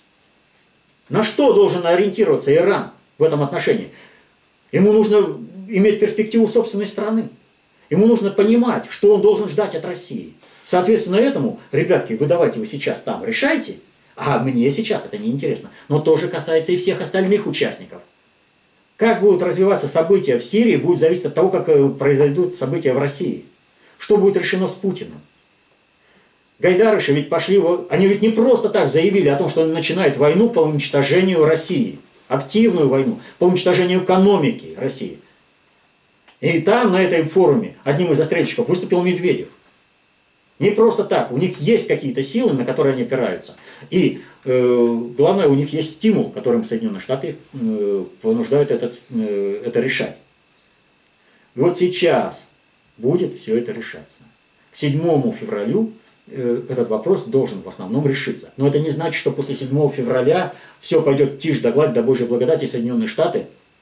На что должен ориентироваться Иран в этом отношении? Ему нужно иметь перспективу собственной страны. Ему нужно понимать, что он должен ждать от России. Соответственно этому, ребятки, вы давайте вы сейчас там решайте. А мне сейчас это не интересно. Но тоже касается и всех остальных участников. Как будут развиваться события в Сирии, будет зависеть от того, как произойдут события в России. Что будет решено с Путиным. Гайдарыши ведь пошли, они ведь не просто так заявили о том, что они начинают войну по уничтожению России. Активную войну по уничтожению экономики России. И там, на этой форуме, одним из застрельщиков выступил Медведев. Не просто так, у них есть какие-то силы, на которые они опираются. И э, главное, у них есть стимул, которым Соединенные Штаты э, понуждают этот, э, это решать. И вот сейчас будет все это решаться. К седьмому февралю э, этот вопрос должен в основном решиться. Но это не значит, что после седьмого февраля все пойдет тишь да гладь, до Божьей благодати, Соединенные Штаты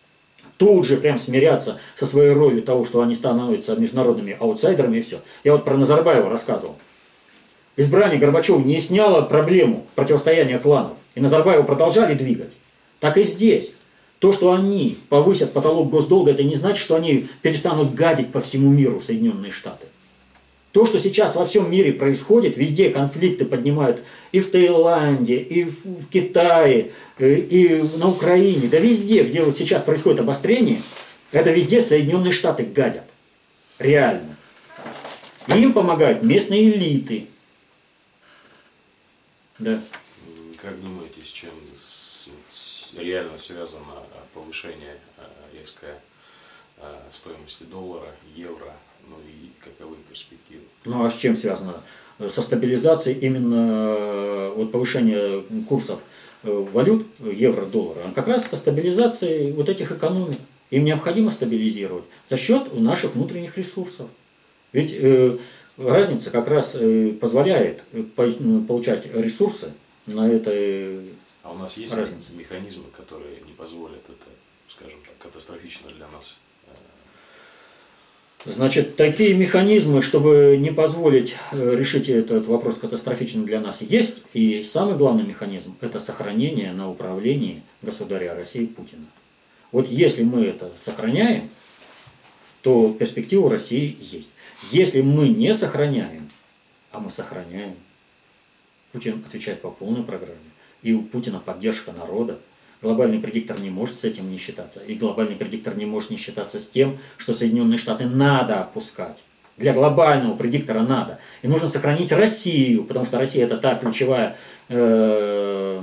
тут же прям смиряться со своей ролью того, что они становятся международными аутсайдерами и все. Я вот про Назарбаева рассказывал. Избрание Горбачева не сняло проблему противостояния кланов. И Назарбаева продолжали двигать. Так и здесь. То, что они повысят потолок госдолга, это не значит, что они перестанут гадить по всему миру, Соединенные Штаты. То, что сейчас во всем мире происходит, везде конфликты поднимают и в Таиланде, и в Китае, и на Украине, да везде, где вот сейчас происходит обострение, это везде Соединенные Штаты гадят. Реально. И им помогают местные элиты. Да. Как думаете, с чем с, с, реально связано повышение резкое стоимости доллара, евро, ну и каковы перспективы? Ну а с чем связано? Со стабилизацией именно вот повышения курсов валют, евро-доллара, как раз со стабилизацией вот этих экономик. Им необходимо стабилизировать за счет наших внутренних ресурсов. Ведь э, разница как раз э, позволяет получать ресурсы на этой А у нас есть разнице. Механизмы, которые не позволят это, скажем так, катастрофично для нас? Значит, такие механизмы, чтобы не позволить решить этот вопрос катастрофично для нас, есть. И самый главный механизм – это сохранение на управлении государя России Путина. Вот если мы это сохраняем, то перспектива России есть. Если мы не сохраняем, а мы сохраняем, Путин отвечает по полной программе, и у Путина поддержка народа. Глобальный предиктор не может с этим не считаться. И глобальный предиктор не может не считаться с тем, что Соединенные Штаты надо опускать. Для глобального предиктора надо. И нужно сохранить Россию, потому что Россия это та ключевая э,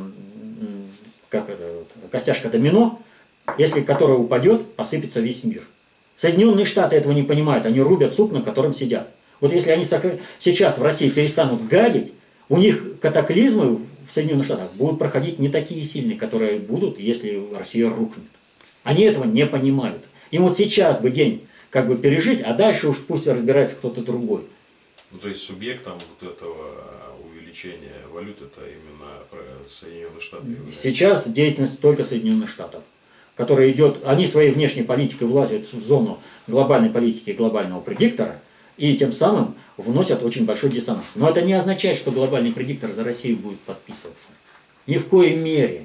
как это, вот, костяшка домино, если которая упадет, посыпется весь мир. Соединенные Штаты этого не понимают, они рубят суп, на котором сидят. Вот если они сейчас в России перестанут гадить, у них катаклизмы в Соединенных Штатах будут проходить не такие сильные, которые будут, если Россия рухнет. Они этого не понимают. Им вот сейчас бы день как бы пережить, а дальше уж пусть разбирается кто-то другой. Ну, то есть субъектом вот этого увеличения валют это именно Соединенные Штаты являются? Сейчас деятельность только Соединенных Штатов, которая идет, они своей внешней политикой влазят в зону глобальной политики и глобального предиктора, и тем самым вносят очень большой диссонанс. Но это не означает, что глобальный предиктор за Россию будет подписываться. Ни в коей мере.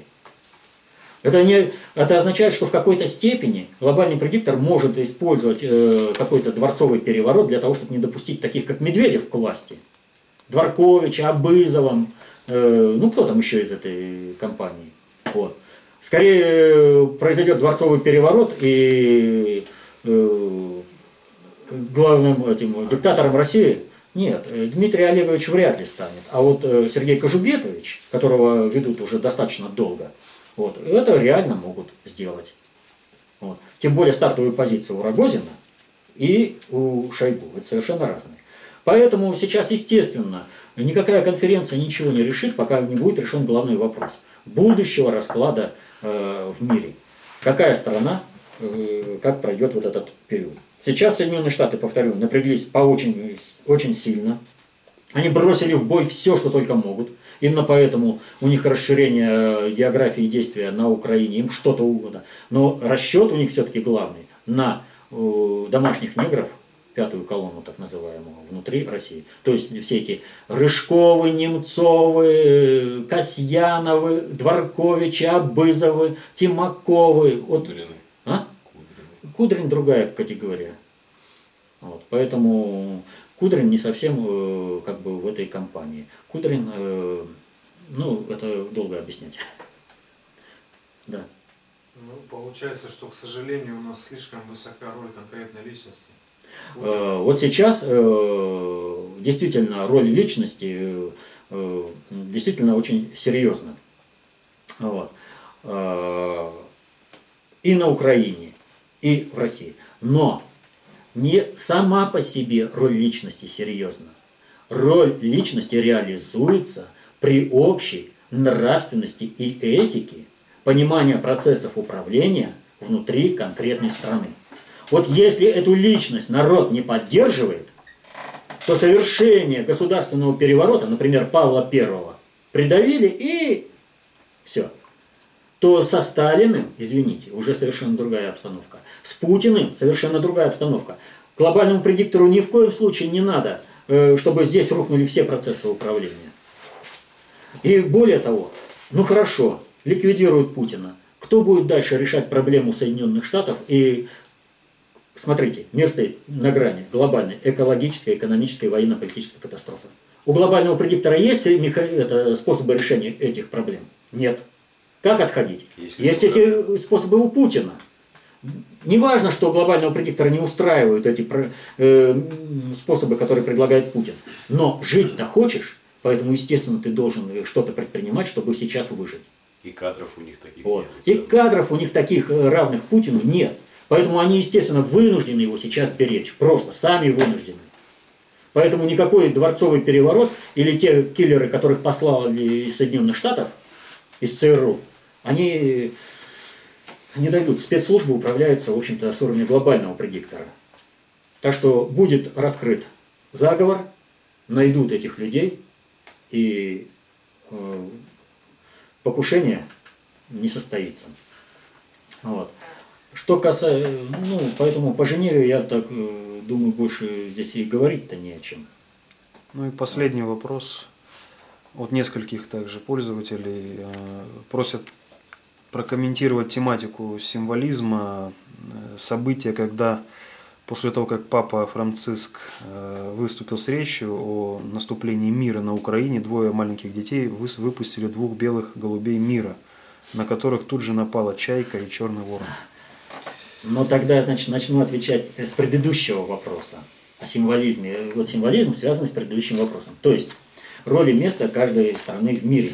Это, не, это означает, что в какой-то степени глобальный предиктор может использовать э, какой-то дворцовый переворот для того, чтобы не допустить таких, как Медведев, к власти. Дворковича, Абызова, э, ну кто там еще из этой компании. Вот. Скорее произойдет дворцовый переворот, и э, главным этим диктатором России нет, Дмитрий Олегович вряд ли станет. А вот э, Сергей Кожугетович, которого ведут уже достаточно долго, вот, это реально могут сделать. Вот. Тем более стартовые позиции у Рогозина и у Шойгу. Это совершенно разные. Поэтому сейчас, естественно, никакая конференция ничего не решит, пока не будет решен главный вопрос будущего расклада э, в мире. Какая страна, э, как пройдет вот этот период. Сейчас Соединенные Штаты, повторю, напряглись по очень, очень сильно. Они бросили в бой все, что только могут. Именно поэтому у них расширение географии действия на Украине, им что-то угодно. Но расчет у них все-таки главный на э, домашних негров, пятую колонну так называемую, внутри России. То есть все эти Рыжковы, Немцовы, Касьяновы, Дворковичи, Абызовы, Тимаковы. Вот, Кудрины. а? Кудрины. Кудрин другая категория. Вот, поэтому Кудрин не совсем э, как бы в этой компании. Кудрин, э, ну, это долго объяснять. Да. Ну, получается, что, к сожалению, у нас слишком высока роль конкретной личности. Э, вот сейчас э, действительно роль личности э, действительно очень серьезна. Вот. Э, и на Украине, и в России. Но не сама по себе роль личности серьезна. Роль личности реализуется при общей нравственности и этике понимания процессов управления внутри конкретной страны. Вот если эту личность народ не поддерживает, то совершение государственного переворота, например, Павла Первого, придавили и все. то со Сталиным, извините, уже совершенно другая обстановка. С Путиным совершенно другая обстановка. Глобальному предиктору ни в коем случае не надо, чтобы здесь рухнули все процессы управления. И более того, ну хорошо, ликвидируют Путина. Кто будет дальше решать проблему Соединенных Штатов? И смотрите, мир стоит на грани глобальной экологической, экономической, военно-политической катастрофы. У глобального предиктора есть это, способы решения этих проблем? Нет. Как отходить? Если есть эти способы у Путина. Не важно, что глобального предиктора не устраивают эти э, способы, которые предлагает Путин. Но жить-то хочешь, поэтому, естественно, ты должен что-то предпринимать, чтобы сейчас выжить. И кадров у них таких вот. нет. И кадров у них таких равных Путину нет. Поэтому они, естественно, вынуждены его сейчас беречь. Просто сами вынуждены. Поэтому никакой дворцовый переворот или те киллеры, которых послали из Соединенных Штатов, из ЦРУ, они не дойдут. Спецслужбы управляются, в общем-то, с уровня глобального предиктора. Так что будет раскрыт заговор, найдут этих людей, и э, покушение не состоится. Вот. Что касается, ну, поэтому по Женеве я так э, думаю, больше здесь и говорить-то не о чем. Ну и последний вопрос от нескольких также пользователей. Просят прокомментировать тематику символизма, события, когда после того, как Папа Франциск выступил с речью о наступлении мира на Украине, двое маленьких детей выпустили двух белых голубей мира, на которых тут же напала чайка и черный ворон. Но тогда, значит, начну отвечать с предыдущего вопроса о символизме. Вот символизм связан с предыдущим вопросом. То есть роль и место каждой страны в мире.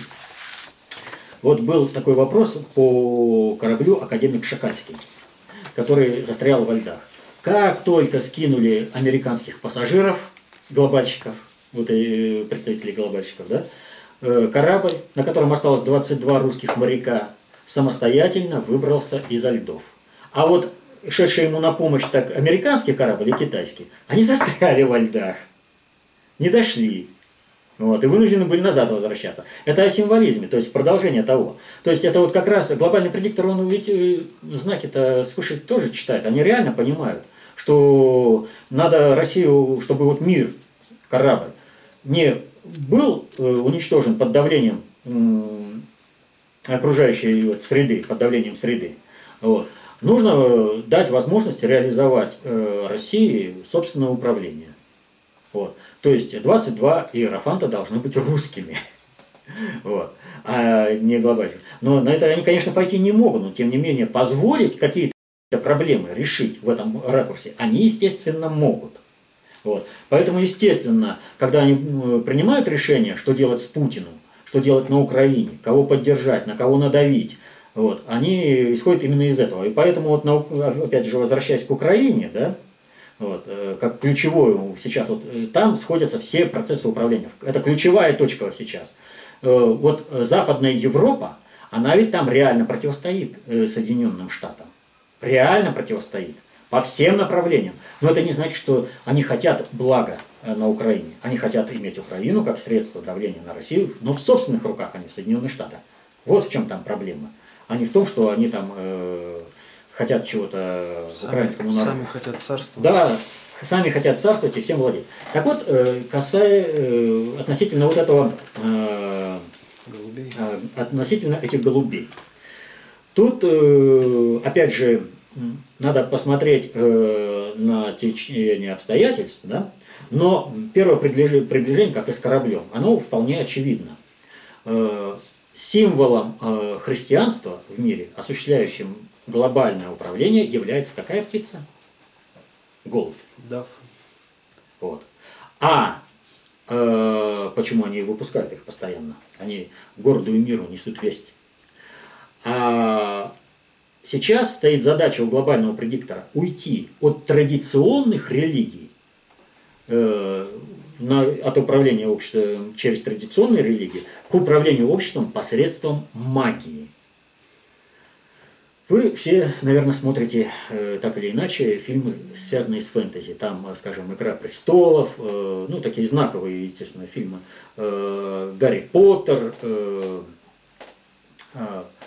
Вот был такой вопрос по кораблю «Академик Шакальский», который застрял во льдах. Как только скинули американских пассажиров, глобальщиков, вот и представителей глобальщиков, да, корабль, на котором осталось двадцать два русских моряка, самостоятельно выбрался изо льдов. А вот шедший ему на помощь так американский корабль и китайский, они застряли во льдах, не дошли. Вот, и вынуждены были назад возвращаться. Это о символизме, то есть продолжение того. То есть это вот как раз глобальный предиктор, он ведь знаки-то свыше тоже читает. Они реально понимают, что надо Россию, чтобы вот мир, корабль, не был уничтожен под давлением окружающей среды, под давлением среды. Вот. Нужно дать возможность реализовать России собственное управление. Вот. То есть двадцать два иерофанта должны быть русскими, вот, а не глобальными. Но на это они, конечно, пойти не могут, но тем не менее позволить какие-то проблемы решить в этом ракурсе они, естественно, могут. Вот. Поэтому, естественно, когда они принимают решение, что делать с Путиным, что делать на Украине, кого поддержать, на кого надавить, вот, они исходят именно из этого. И поэтому, вот, опять же, возвращаясь к Украине, да, вот, как ключевую сейчас, вот, там сходятся все процессы управления. Это ключевая точка сейчас. Вот Западная Европа, она ведь там реально противостоит Соединенным Штатам. Реально противостоит. По всем направлениям. Но это не значит, что они хотят блага на Украине. Они хотят иметь Украину как средство давления на Россию, но в собственных руках, а не в Соединенных Штатах. Вот в чем там проблема. А не в том, что они там э, хотят чего-то украинскому народу. Сами хотят царствовать. Да, сами хотят царствовать и всем владеть. Так вот, э, касая, э, относительно вот этого, э, голубей. Э, относительно этих голубей. Тут, э, опять же, надо посмотреть э, на течение обстоятельств, да? Но первое приближение, приближение, как и с кораблем, оно вполне очевидно. Э, символом э, христианства в мире, осуществляющим глобальное управление, является какая птица? Голубь. Дав. Вот. А э, почему они выпускают их постоянно? Они городу и миру несут весть. А сейчас стоит задача у глобального предиктора уйти от традиционных религий, э, на, от управления обществом через традиционные религии к управлению обществом посредством магии. Вы все, наверное, смотрите э, так или иначе фильмы, связанные с фэнтези. Там, скажем, «Игра престолов», э, ну, такие знаковые, естественно, фильмы. Э, «Гарри Поттер», э, э,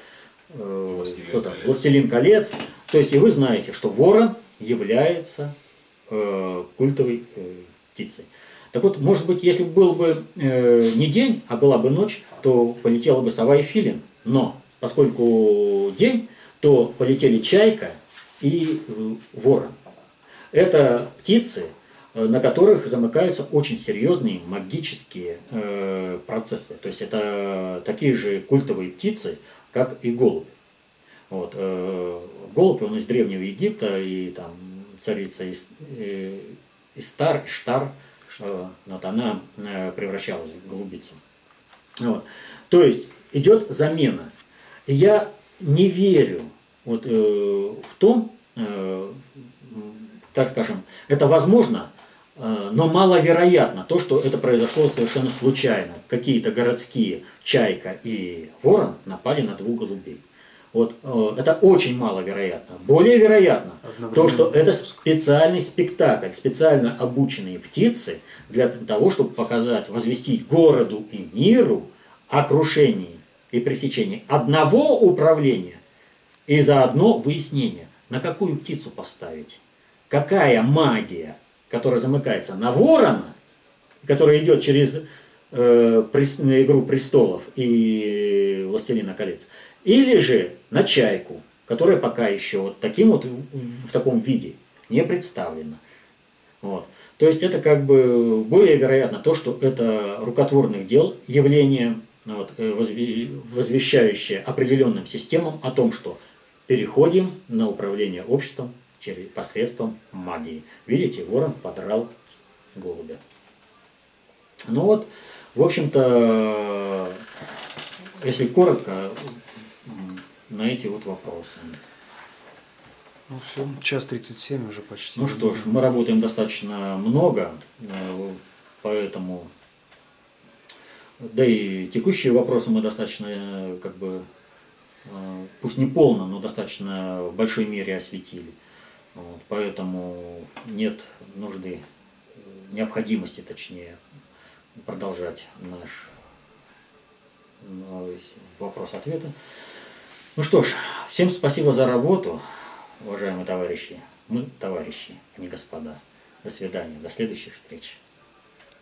э, Властелин кто там, колец. «Властелин колец». То есть и вы знаете, что ворон является э, культовой э, птицей. Так вот, может быть, если бы был бы э, не день, а была бы ночь, то полетела бы сова и филин. Но поскольку день, то полетели чайка и э, ворон. Это птицы, на которых замыкаются очень серьезные магические э, процессы. То есть это такие же культовые птицы, как и голубь. Вот, э, голубь, он из Древнего Египта, и там царица Ис, э, Истар, Иштар, э, вот она э, превращалась в голубицу. Вот. То есть идет замена. И я не верю вот, э, в том, э, так скажем, это возможно, но маловероятно то, что это произошло совершенно случайно. Какие-то городские чайка и ворон напали на двух голубей. Вот это очень маловероятно. Более вероятно то, что это специальный спектакль, специально обученные птицы для того, чтобы показать, возвестить городу и миру о крушении и пресечении одного управления и заодно выяснение, на какую птицу поставить. Какая магия, которая замыкается на ворона, которая идет через э, прес, «Игру престолов» и «Властелина колец», или же на чайку, которая пока еще вот таким вот в таком виде не представлена. Вот. То есть это как бы более вероятно то, что это рукотворных дел явление, вот, возвещающее определенным системам о том, что переходим на управление обществом через, посредством магии. Видите, ворон подрал голубя. Ну вот, в общем-то, если коротко, на эти вот вопросы. Ну все, час тридцать семь уже почти. Ну что ж, мы работаем достаточно много, поэтому, да и текущие вопросы мы достаточно, как бы, пусть не полно, но достаточно в большой мере осветили. Вот, поэтому нет нужды, необходимости, точнее, продолжать наш вопрос-ответы. Ну что ж, всем спасибо за работу, уважаемые товарищи. Мы товарищи, а не господа. До свидания, до следующих встреч.